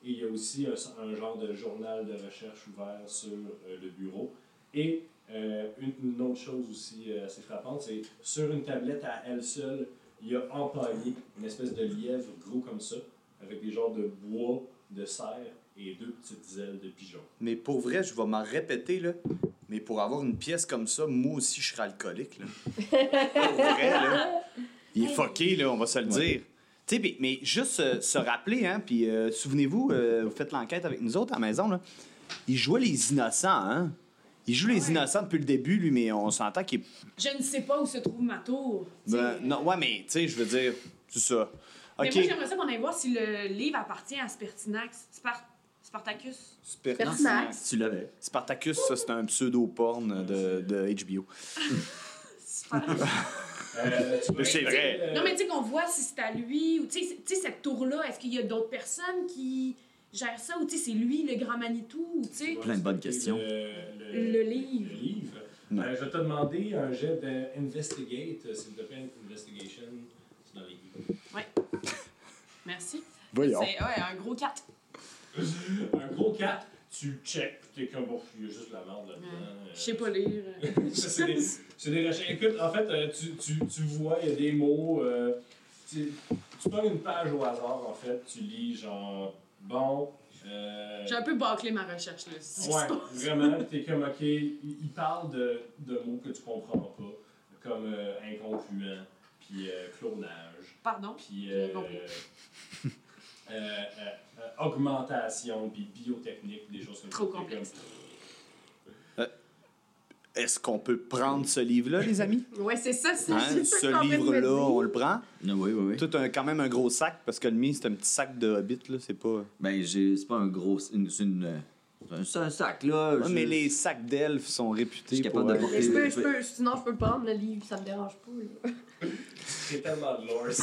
Speaker 1: Et il y a aussi un genre de journal de recherche ouvert sur le bureau. Et une autre chose aussi assez frappante, c'est sur une tablette à elle seule, il y a empaillé une espèce de lièvre gros comme ça, avec des genres de bois, de cerf et 2 petites ailes de pigeon.
Speaker 4: Mais pour vrai, je vais m'en répéter, là. Mais pour avoir une pièce comme ça, moi aussi, je serais alcoolique, là. Pour vrai, là. Il est fucké, là, on va se le dire. Tu sais, mais juste se rappeler, hein, puis souvenez-vous, vous faites l'enquête avec nous autres à la maison, là. Il jouait les innocents, hein. Il joue les innocents depuis le début, lui, mais on s'entend qu'il est...
Speaker 5: Je ne sais pas où se trouve ma tour.
Speaker 4: Ben, non, ouais, mais, tu sais, je veux dire, c'est ça.
Speaker 5: Mais
Speaker 4: OK.
Speaker 5: moi, j'aimerais ça qu'on aille voir si le livre appartient à Spertinax. Spartacus.
Speaker 3: Pertinax.
Speaker 2: Tu l'avais.
Speaker 4: Spartacus, ça, c'est un pseudo-porn de HBO.
Speaker 5: Super.
Speaker 4: C'est vrai.
Speaker 5: Non, mais tu sais, qu'on voit si c'est à lui, ou tu sais, cette tour-là, est-ce qu'il y a d'autres personnes qui gèrent ça, ou tu sais, c'est lui le grand Manitou, ou tu sais.
Speaker 2: Plein de bonnes questions.
Speaker 5: Le livre.
Speaker 1: Le livre.
Speaker 4: Non.
Speaker 1: Je vais te demander un jet d'Investigate, s'il te plaît, Investigation. C'est dans les livres.
Speaker 5: Ouais. Merci.
Speaker 4: Voyons.
Speaker 5: C'est un gros 4.
Speaker 1: Un gros 4, tu check, puis t'es comme, bon, il y a juste la merde là-dedans.
Speaker 5: Je sais pas lire.
Speaker 1: C'est des recherches. Écoute, en fait, tu vois, il y a des mots. Tu prends une page au hasard, en fait, tu lis genre, bon.
Speaker 5: J'ai un peu bâclé ma recherche, là. c'est ce qui
Speaker 1: Ouais,
Speaker 5: se passe.
Speaker 1: vraiment, t'es comme, ok, il parle de mots que tu comprends pas, comme incongruent, puis clonage,
Speaker 5: Pardon?
Speaker 1: puis
Speaker 5: J'ai compris.
Speaker 1: augmentation, puis biotechnique, des choses comme ça.
Speaker 5: Trop
Speaker 1: T'es
Speaker 5: complexe.
Speaker 4: Est-ce qu'on peut prendre ce livre-là, les amis?
Speaker 3: Ouais, c'est ça, c'est
Speaker 4: Hein?
Speaker 3: c'est ça que je suis en
Speaker 4: Ce
Speaker 3: train de me
Speaker 4: livre-là,
Speaker 3: dire.
Speaker 4: on le prend?
Speaker 2: Ah, oui, oui, oui.
Speaker 4: Tout quand même un gros sac, parce que le mien, c'est un petit sac de Hobbit, là, c'est pas...
Speaker 2: Ben, c'est pas un gros. C'est un sac, là.
Speaker 4: Ouais, mais les sacs d'elfes sont réputés
Speaker 2: Je suis capable
Speaker 4: pour...
Speaker 2: de porter-
Speaker 3: Mais sinon, je peux prendre le livre, ça me dérange pas. Là.
Speaker 1: C'est tellement de lore,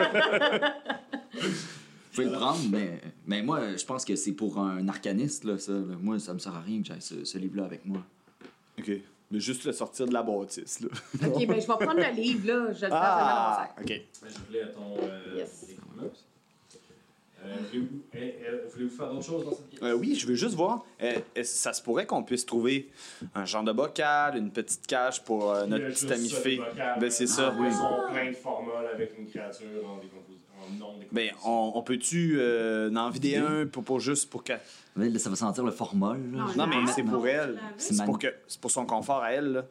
Speaker 2: Vous pouvez le prendre, mais moi, je pense que c'est pour un arcaniste, là, ça. Là. Moi, ça me sert à rien que j'aille ce livre-là avec moi.
Speaker 4: OK. Mais juste le sortir de la bâtisse, là.
Speaker 3: Ok, ben je vais prendre le livre, là. Je le prends dans mon sac.
Speaker 4: OK.
Speaker 1: Je voulais à ton
Speaker 3: Yes.
Speaker 1: équipement. Voulez-vous faire d'autres choses dans cette pièce?
Speaker 4: Oui, je veux juste voir. Ça se pourrait qu'on puisse trouver un genre de bocal, une petite cage pour notre petite amie fée. Ben, c'est ça.
Speaker 1: Ils sont plein de formats avec une créature en non-décomposition.
Speaker 4: Ben, on peut-tu en vider un pour juste pour que...
Speaker 2: Mais là, ça va sentir le formol, là.
Speaker 4: Non, mais c'est pour elle.
Speaker 2: C'est
Speaker 4: C'est pour son confort à elle, là.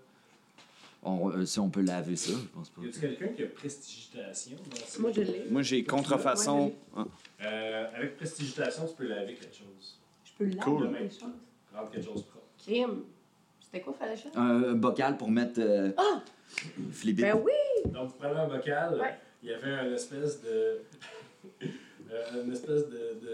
Speaker 2: Si on peut laver ça, je pense pas.
Speaker 1: Y a-t-il quelqu'un qui a prestigitation dans cette...
Speaker 3: Moi, je l'ai.
Speaker 4: Moi, j'ai contrefaçon. Ah.
Speaker 1: Avec prestigitation, tu peux laver quelque chose.
Speaker 3: Je peux laver
Speaker 4: Cool.
Speaker 3: les choses.
Speaker 1: Rendre quelque chose propre.
Speaker 3: Crime. C'était quoi, fallait faire?
Speaker 2: Un bocal pour mettre. Flibit.
Speaker 3: Ben oui!
Speaker 1: Donc, vous prenez un bocal,
Speaker 3: Ouais.
Speaker 1: il y avait une espèce de... une espèce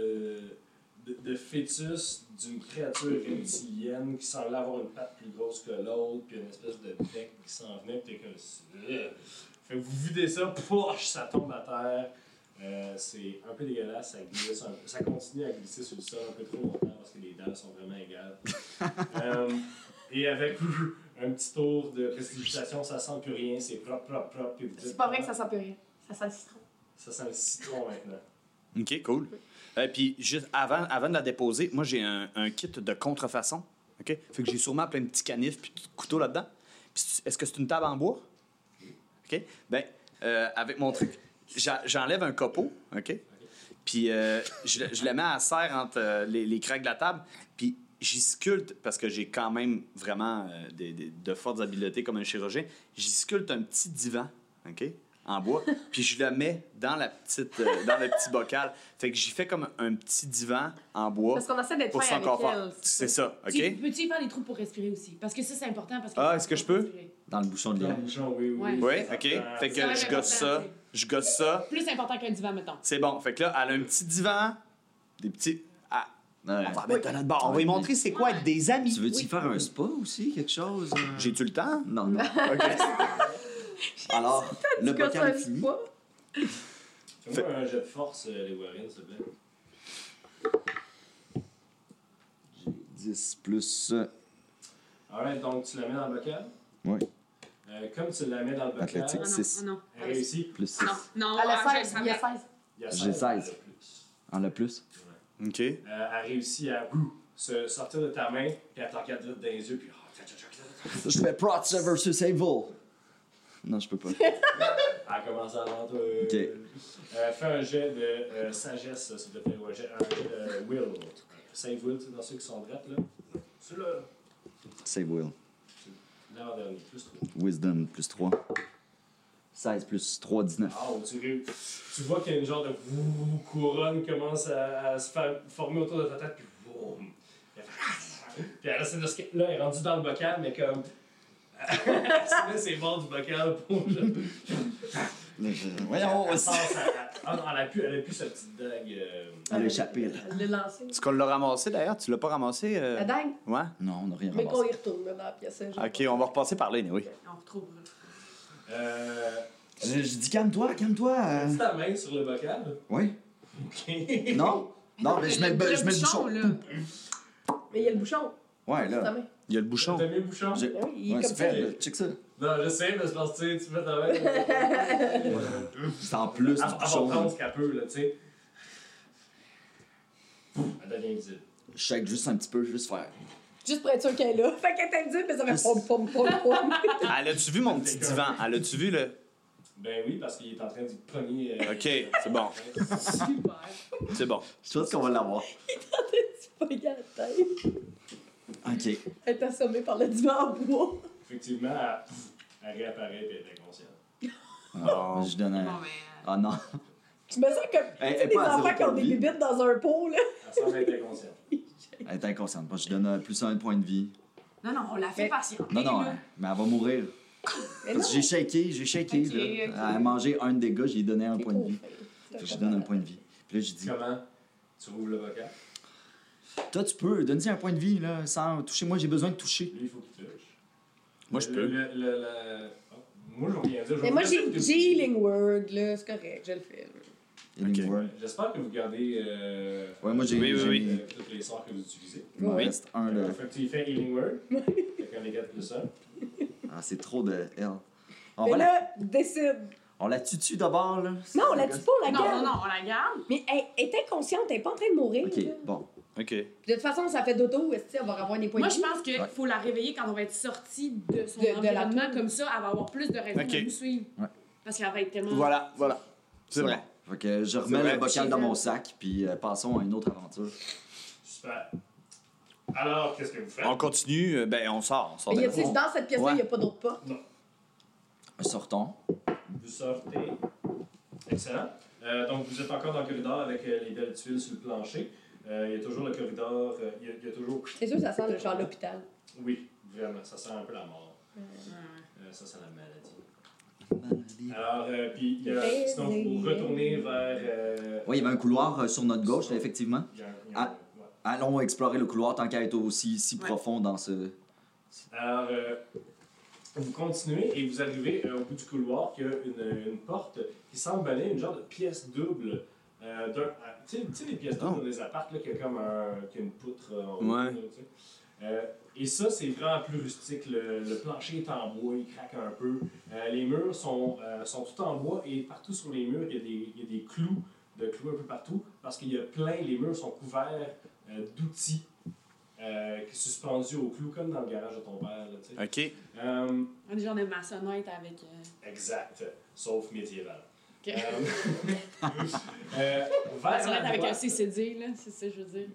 Speaker 1: de fœtus d'une créature reptilienne qui semblait avoir une patte plus grosse que l'autre, puis une espèce de bec qui s'en venait, puis t'es comme... Fait que vous videz ça, poche, ça tombe à terre. C'est un peu dégueulasse, ça glisse, ça continue à glisser sur le sol un peu trop longtemps parce que les dalles sont vraiment égales. Et avec un petit tour de prestidigitation, ça sent plus rien, c'est propre, propre, propre. Puis vous dites,
Speaker 3: C'est pas vrai que ça sent plus rien. Ça sent le citron.
Speaker 1: Ça sent le citron maintenant.
Speaker 4: OK, cool. Puis, juste avant de la déposer, moi, j'ai un kit de contrefaçon. OK? Fait que j'ai sûrement plein de petits canifs puis de couteaux là-dedans. Puis, est-ce que c'est une table en bois? OK? Ben, avec mon truc, j'enlève un copeau. OK? Puis, je le mets à serre entre les craques de la table. Puis, j'y sculpte, parce que j'ai quand même vraiment de fortes habiletés comme un chirurgien, j'y sculpte un petit divan. OK? En bois, puis je le mets dans dans le petit bocal. Fait que j'y fais comme un petit divan en bois
Speaker 3: Parce qu'on essaie d'être
Speaker 4: pour
Speaker 3: fin
Speaker 4: son
Speaker 3: avec
Speaker 4: confort.
Speaker 3: elle.
Speaker 4: C'est ça, OK?
Speaker 5: Peux-tu y faire des trous pour respirer aussi? Parce que ça, c'est important. Parce que
Speaker 4: Ah, est-ce que je peux?
Speaker 2: Dans le bouchon de
Speaker 1: Dans le
Speaker 2: lièvre.
Speaker 1: bouchon, oui, oui.
Speaker 5: Ouais.
Speaker 4: Oui, OK. Fait
Speaker 5: Ça va
Speaker 4: que
Speaker 5: être
Speaker 4: je gosse ça,
Speaker 5: important,
Speaker 4: je gosse ça.
Speaker 5: Plus important qu'un divan, mettons.
Speaker 4: C'est bon. Fait que là, elle a un petit divan, des petits... Ah,
Speaker 2: Ouais.
Speaker 4: on va mettre de notre bord. On va lui montrer c'est quoi être des amis.
Speaker 2: Tu veux-tu faire un spa aussi, quelque chose?
Speaker 4: J'ai-tu le temps?
Speaker 2: Non, non.
Speaker 4: OK.
Speaker 2: Alors, le
Speaker 3: Tu gosses
Speaker 2: bocal
Speaker 3: un
Speaker 2: est fini.
Speaker 3: pas.
Speaker 1: Fais-moi un jet de force, les Warren, s'il te plaît.
Speaker 2: J'ai 10 plus.
Speaker 1: Alright, donc tu la mets dans le bocal.
Speaker 2: Oui,
Speaker 1: Comme tu la mets dans le bocal,
Speaker 2: Athlétique.
Speaker 5: Ah non,
Speaker 2: Six.
Speaker 5: ah non.
Speaker 1: elle réussit.
Speaker 2: plus 6.
Speaker 5: Non, non,
Speaker 3: Elle a
Speaker 5: ah,
Speaker 3: 16. Il y a 16.
Speaker 1: Il y a
Speaker 2: J'ai
Speaker 1: 16.
Speaker 2: 16. En le plus?
Speaker 4: OK.
Speaker 1: a réussi à se sortir de ta main, puis elle te regarde dans les yeux, puis
Speaker 2: Je fais Protza versus Evil. Non, je peux pas.
Speaker 1: elle commence à rentrer.
Speaker 2: Ok.
Speaker 1: Fais un jet de sagesse, s'il te plaît, ou un jet de will. Save will, tu sais, dans ceux qui sont drettes, là. Celui-là.
Speaker 2: Save Will.
Speaker 1: L'avant-dernier, plus 3.
Speaker 2: Wisdom plus 3. 16 plus 3, 19.
Speaker 1: Ah, tu vois qu'il y a une genre de couronne qui commence à se faire former autour de ta tête, puis boum. Puis elle essaie de se... Là, elle est rendue dans le bocal, mais comme... elle se met ses bords du bocal pour...
Speaker 2: Voyons,
Speaker 1: Elle a plus sa petite dague.
Speaker 2: Elle a échappé, là.
Speaker 3: Elle l'a lancé.
Speaker 4: Est-ce qu'on l'a ramassé d'ailleurs? Tu l'as pas ramassé?
Speaker 3: La dague?
Speaker 4: Ouais.
Speaker 2: Non, on n'a rien
Speaker 3: Mais qu'on
Speaker 2: ramassé.
Speaker 3: y retourne là, dans la pièce.
Speaker 4: Ok, on va repasser par là, oui.
Speaker 5: On retrouvera.
Speaker 2: J'ai dit calme-toi, calme-toi.
Speaker 1: Mets ta main sur le bocal.
Speaker 2: Oui?
Speaker 1: Ok.
Speaker 2: Non? Non, mais je mets le bouchon.
Speaker 5: là.
Speaker 3: Mais il y a le bouchon.
Speaker 2: Ouais,
Speaker 3: Sur ta
Speaker 2: là.
Speaker 4: Il
Speaker 3: main.
Speaker 4: y a le bouchon.
Speaker 1: T'as mis le bouchon?
Speaker 2: J'ai-
Speaker 3: Ben oui, il est
Speaker 2: Ouais,
Speaker 3: comme
Speaker 2: c'est
Speaker 3: ça.
Speaker 2: fait, là. Check ça.
Speaker 1: Non, je sais, mais je pense que tu mets ta main.
Speaker 2: C'est en plus du
Speaker 1: Elle va
Speaker 2: bouchon.
Speaker 1: prendre ce qu'elle peut, là, tu sais. Elle devient invisible.
Speaker 2: Je shake juste un petit peu, juste faire.
Speaker 3: Juste pour être sûr qu'elle est là. Fait qu'elle t'a dit, mais ça fait pom pom pom pom.
Speaker 4: Elle a-tu vu mon petit divan? Elle a-tu vu le.
Speaker 1: Ben oui, parce qu'il est en train d'y pogner.
Speaker 4: Ok, c'est bon.
Speaker 5: Super.
Speaker 4: C'est bon.
Speaker 2: Je pense qu'on va l'avoir.
Speaker 3: Tu pognes à la tête.
Speaker 2: Ok.
Speaker 3: Elle est assommée par le divan en bois.
Speaker 1: Effectivement, elle réapparaît et elle est inconsciente.
Speaker 2: Ah, je donne
Speaker 5: Bon,
Speaker 2: un.
Speaker 5: ben.
Speaker 2: Ah non.
Speaker 3: Tu me sens comme
Speaker 2: Elle
Speaker 3: tu
Speaker 2: est
Speaker 3: sais, des
Speaker 2: pas à
Speaker 3: enfants
Speaker 2: zéro
Speaker 3: qui ont
Speaker 2: point
Speaker 3: des
Speaker 2: de vie.
Speaker 3: bibites dans un pot, là.
Speaker 1: Elle semble être inconsciente.
Speaker 2: Elle est inconsciente. Moi, je donne plus un point de vie.
Speaker 5: Non, non, on l'a fait
Speaker 3: Mais-
Speaker 5: patienter.
Speaker 2: Non, non,
Speaker 5: là.
Speaker 2: mais elle va mourir.
Speaker 3: Mais
Speaker 2: Parce que j'ai shaké,
Speaker 5: Ok,
Speaker 2: là.
Speaker 5: ok.
Speaker 2: Elle a mangé un dégât, j'ai donné un
Speaker 3: t'es
Speaker 2: point de
Speaker 3: trop
Speaker 2: vie.
Speaker 3: fin.
Speaker 2: Fait que je donne un point de vie. Puis là, j'ai dit,
Speaker 1: Comment tu rouvres le bocal?
Speaker 2: toi, tu peux, donne-y un point de vie, là, sans toucher. Moi, j'ai besoin de toucher.
Speaker 1: Lui, il faut qu'il touche.
Speaker 4: Moi, je peux.
Speaker 1: Oh, moi, je viens dire.
Speaker 3: Mais moi, j'ai Healing Word, là. C'est correct, je le fais. là.
Speaker 2: Healing
Speaker 4: Ok.
Speaker 2: Word.
Speaker 1: J'espère que vous gardez
Speaker 2: Ouais, moi, j'ai.
Speaker 4: Oui.
Speaker 1: tous les sorts que vous utilisez.
Speaker 2: Il m'en
Speaker 3: Oui.
Speaker 2: reste un, là.
Speaker 1: Fait que tu y fais Healing Word. Fait qu'un des 4 plus 1.
Speaker 2: Ah, c'est trop de L. On
Speaker 3: Mais
Speaker 2: va
Speaker 3: là, décide.
Speaker 2: on la tue d'abord, là.
Speaker 3: Non, on la tue pas, on la
Speaker 5: Non,
Speaker 3: garde.
Speaker 5: non, non, on la garde.
Speaker 3: Mais elle est inconsciente, elle est pas en train de mourir.
Speaker 2: Ok,
Speaker 3: là.
Speaker 2: bon.
Speaker 4: Ok.
Speaker 3: Puis de toute façon, ça fait d'auto, elle va avoir des points
Speaker 5: Moi,
Speaker 3: de
Speaker 5: je
Speaker 3: vie.
Speaker 5: pense qu'il
Speaker 2: Ouais.
Speaker 5: faut la réveiller quand on va être sorti de son
Speaker 3: De la
Speaker 5: environnement.
Speaker 3: tour.
Speaker 5: Comme ça, elle va avoir plus de raisons
Speaker 4: Ok.
Speaker 5: de nous suivre.
Speaker 2: Ouais.
Speaker 5: Parce qu'elle va être tellement...
Speaker 4: Voilà. C'est vrai.
Speaker 2: Bon. Fait que je remets
Speaker 4: vrai.
Speaker 2: le bocal dans mon sac, puis passons à une autre aventure.
Speaker 1: Super. Alors, qu'est-ce que vous faites?
Speaker 4: On continue, ben on sort.
Speaker 3: Mais
Speaker 4: de
Speaker 3: y
Speaker 4: là.
Speaker 3: a-t-il dans cette pièce-là, il
Speaker 4: Ouais.
Speaker 3: n'y a pas d'autre porte?
Speaker 2: Sortons.
Speaker 1: Vous sortez. Excellent. Donc, vous êtes encore dans le corridor avec les belles tuiles sur le plancher. Il y a toujours le corridor. Il y a toujours.
Speaker 3: C'est sûr, ça sent le genre l'hôpital.
Speaker 1: Oui, vraiment. Ça sent un peu la mort. Ça sent la maladie. Alors, puis, sinon, vous retournez vers.
Speaker 2: Oui, il y avait un couloir sur notre gauche, là, effectivement.
Speaker 1: Il y a
Speaker 2: Ah.
Speaker 1: ouais.
Speaker 2: Allons explorer le couloir tant qu'à être aussi si profond dans ce.
Speaker 1: Alors, vous continuez et vous arrivez au bout du couloir qui a une porte qui semble mener une genre de pièce double. Tu sais, les pièces doubles dans les apparts, là, qui a comme qui a une poutre en haut,
Speaker 4: Ouais.
Speaker 1: là, tu sais. Et ça, c'est vraiment plus rustique. Le plancher est en bois, il craque un peu. Les murs sont tout en bois et partout sur les murs, il y a des clous, de clous un peu partout parce qu'il y a les murs sont couverts d'outils suspendus au clou comme dans le garage de ton père. Là, tu sais.
Speaker 4: Ok.
Speaker 5: On est genre de maçonnette avec...
Speaker 1: Exact, sauf médiéval.
Speaker 5: Ok.
Speaker 1: Vers
Speaker 5: Maçonnette
Speaker 1: la
Speaker 5: avec un
Speaker 1: droite,
Speaker 5: CCD, là, c'est ça que je veux dire.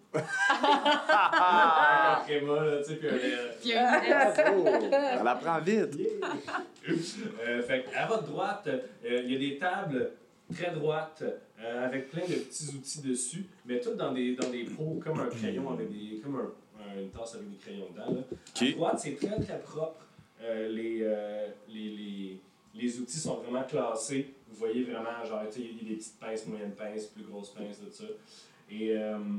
Speaker 1: un créma, là, tu sais, puis un
Speaker 5: Puis il y a une lettre.
Speaker 4: Oh, elle apprend vite.
Speaker 1: fait à votre droite, il y a des tables très droites avec plein de petits outils dessus, mais toutes dans des pots comme un crayon avec une tasse avec des crayons dedans. Là.
Speaker 4: Ok.
Speaker 1: À droite, c'est très très propre. Les outils sont vraiment classés. Vous voyez vraiment, genre, tu sais, il y a des petites pinces, moyennes pinces, plus grosses pinces, tout ça. Et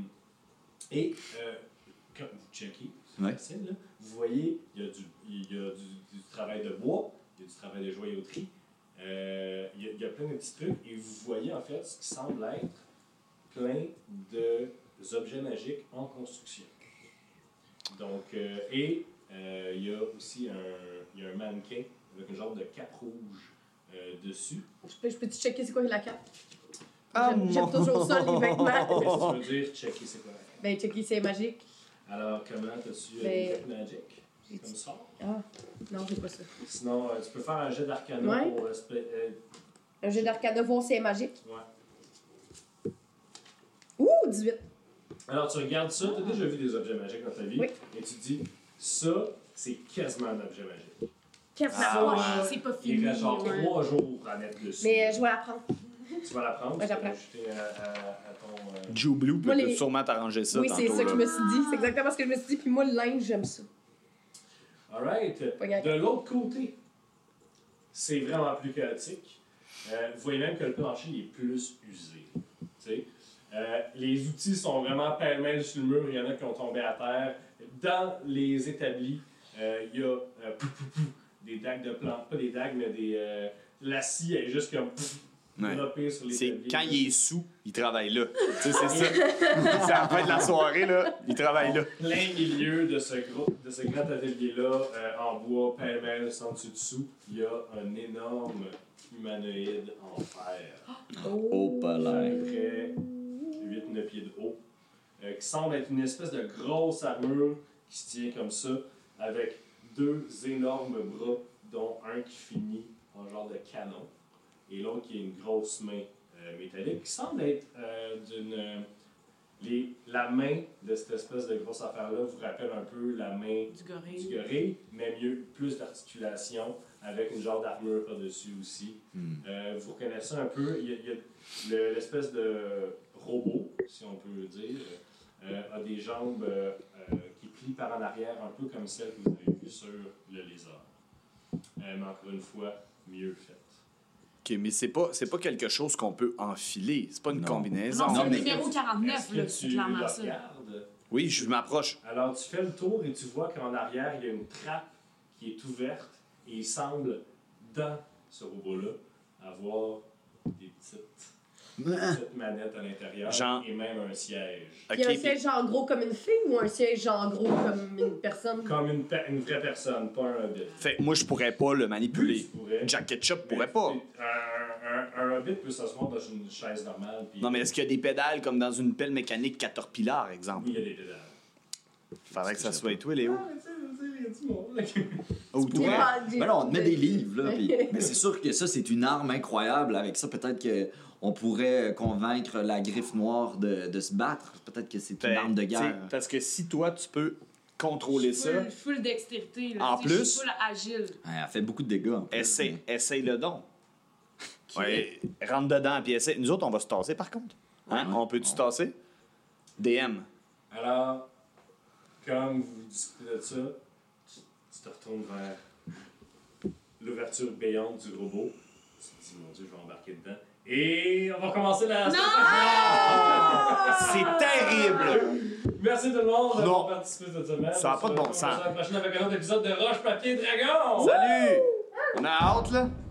Speaker 1: quand vous checkez, c'est
Speaker 2: Ouais.
Speaker 1: facile, là, vous voyez, il y a du travail de bois, il y a du travail de joyauterie, il y a plein de petits trucs, et vous voyez en fait ce qui semble être plein d'objets magiques en construction. Donc, il y a aussi un mannequin avec un genre de cape rouge dessus.
Speaker 3: Je peux-tu checker c'est quoi la cape? J'aime toujours ça, les vêtements.
Speaker 1: Qu'est-ce que tu veux dire, checker, c'est quoi?
Speaker 3: Ben, checker, c'est magique.
Speaker 1: Alors, comment t'as-tu
Speaker 3: Ben,
Speaker 1: Detect Magic?
Speaker 3: j'ai
Speaker 1: Comme
Speaker 3: dit-
Speaker 1: ça?
Speaker 3: Ah, non, j'ai pas ça.
Speaker 1: Sinon, tu peux faire un jet d'arcana
Speaker 3: Ouais.
Speaker 1: pour...
Speaker 3: Un jeu d'arcade, voir si c'est magique.
Speaker 1: ouais.
Speaker 3: Ouh, 18.
Speaker 1: Alors, tu regardes ça, tu as déjà vu des objets magiques dans ta vie,
Speaker 3: Oui.
Speaker 1: et tu dis, ça, c'est quasiment un objet magique.
Speaker 3: Qu'est-ce que
Speaker 1: Ah,
Speaker 3: ça
Speaker 1: ouais.
Speaker 3: va?
Speaker 5: C'est pas
Speaker 1: Il
Speaker 5: fini.
Speaker 1: reste genre
Speaker 5: ouais.
Speaker 1: 3 jours à mettre dessus.
Speaker 3: Mais je vais la prendre.
Speaker 1: Tu vas la prendre,
Speaker 3: Ouais,
Speaker 1: tu vas
Speaker 3: j'apprends.
Speaker 1: l'ajouter à ton...
Speaker 4: Joe Blue peut
Speaker 3: Moi, les-
Speaker 4: sûrement t'arranger ça
Speaker 3: Oui, c'est
Speaker 4: tantôt,
Speaker 3: ça que
Speaker 4: là.
Speaker 3: je me suis dit. C'est exactement ce que je me suis dit. Puis moi, le linge, j'aime ça.
Speaker 1: Alright.
Speaker 3: Pas grave.
Speaker 1: De l'autre côté, c'est vraiment plus chaotique. Vous voyez même que le plancher est plus usé. Tu sais. Les outils sont vraiment pêle-mêle sur le mur. Il y en a qui ont tombé à terre. Dans les établis, il y a des dagues de plantes. Pas des dagues, mais des... la scie est juste comme
Speaker 4: Ouais.
Speaker 1: droppée sur
Speaker 4: C'est
Speaker 1: l'établi.
Speaker 4: quand il est sous, il travaille là. Tu sais, c'est ça. C'est à la fin de la soirée, là, il travaille là.
Speaker 1: Plein milieu de ce grand atelier-là, en bois, pêle-mêle, sans dessus-dessous, il y a un énorme humanoïde en fer.
Speaker 2: Oh, pas
Speaker 1: À
Speaker 2: l'air.
Speaker 1: peu près 8-9 pieds de haut, qui semble être une espèce de grosse armure qui se tient comme ça, avec 2 énormes bras, dont un qui finit en genre de canon, et l'autre qui a une grosse main métallique, qui semble être la main de cette espèce de grosse affaire-là vous rappelle un peu la main
Speaker 5: Du gorille.
Speaker 1: du gorille, mais mieux, plus d'articulation, avec une genre d'armure par-dessus aussi. Vous reconnaissez un peu, il y a l'espèce de robot, si on peut dire, a des jambes qui plient par en arrière, un peu comme celles que vous avez vues sur le lézard. Mais encore une fois, mieux faite.
Speaker 4: OK, mais c'est pas quelque chose qu'on peut enfiler. C'est pas une
Speaker 2: Non.
Speaker 4: combinaison.
Speaker 5: Non, c'est
Speaker 2: Non,
Speaker 5: le
Speaker 2: mais-
Speaker 5: numéro 49,
Speaker 1: Est-ce
Speaker 5: là,
Speaker 1: que
Speaker 5: c'est
Speaker 1: tu
Speaker 5: clairement
Speaker 1: le
Speaker 5: ça.
Speaker 1: regardes?
Speaker 4: Oui, je m'approche.
Speaker 1: Alors, tu fais le tour et tu vois qu'en arrière, il y a une trappe qui est ouverte et il semble, dans ce robot-là, avoir des petites manettes à l'intérieur
Speaker 4: Genre-
Speaker 1: et même un siège.
Speaker 4: OK,
Speaker 3: Il y a un
Speaker 4: puis-
Speaker 3: siège genre gros comme une fille ou un siège genre gros comme une personne?
Speaker 1: Comme une vraie personne, pas un hobbit.
Speaker 4: fait que moi, je pourrais pas le manipuler.
Speaker 1: Tu pourrais.
Speaker 4: Jack Ketchup
Speaker 1: Mais
Speaker 4: pourrait pas.
Speaker 1: Un hobbit peut s'asseoir dans une chaise normale. Puis
Speaker 4: Non, mais est-ce qu'il y a des pédales comme dans une pelle mécanique Caterpillar, exemple?
Speaker 1: oui, il y a des pédales.
Speaker 4: Faudrait que ça soit toi, Léo.
Speaker 1: Ah, mais tu sais, il y a du monde. là.
Speaker 4: Ou
Speaker 3: J'ai
Speaker 4: toi.
Speaker 3: pas- j'ai-
Speaker 2: Ben là, on te met des livres, là. Mais c'est sûr que ça, c'est une arme incroyable. Avec ça, peut-être qu'on pourrait convaincre la griffe noire de se battre. Peut-être que c'est une arme de guerre.
Speaker 4: T'sais, parce que si toi, tu peux contrôler ça,
Speaker 5: Full dextérité, là.
Speaker 4: En
Speaker 5: Tu sais, je
Speaker 4: plus-
Speaker 5: suis full agile.
Speaker 2: Ouais, elle fait beaucoup de dégâts. En plus,
Speaker 4: essaye le don. Ouais, rentre dedans, puis essaye. Nous autres, on va se tasser, par contre. Hein?
Speaker 2: Ouais.
Speaker 4: On peut-tu se tasser? DM.
Speaker 1: Alors, comme vous discutez de ça, tu te retournes vers l'ouverture béante du robot. Tu te dis, mon Dieu, je vais embarquer dedans. Et on va commencer la...
Speaker 4: C'est terrible!
Speaker 1: Merci tout le monde
Speaker 4: Non.
Speaker 1: d'avoir participé cette semaine.
Speaker 4: Ça a pas de bon sens.
Speaker 1: On se retrouve la prochaine avec un autre épisode de Roche Papier Dragon!
Speaker 4: Salut! On a hâte, là?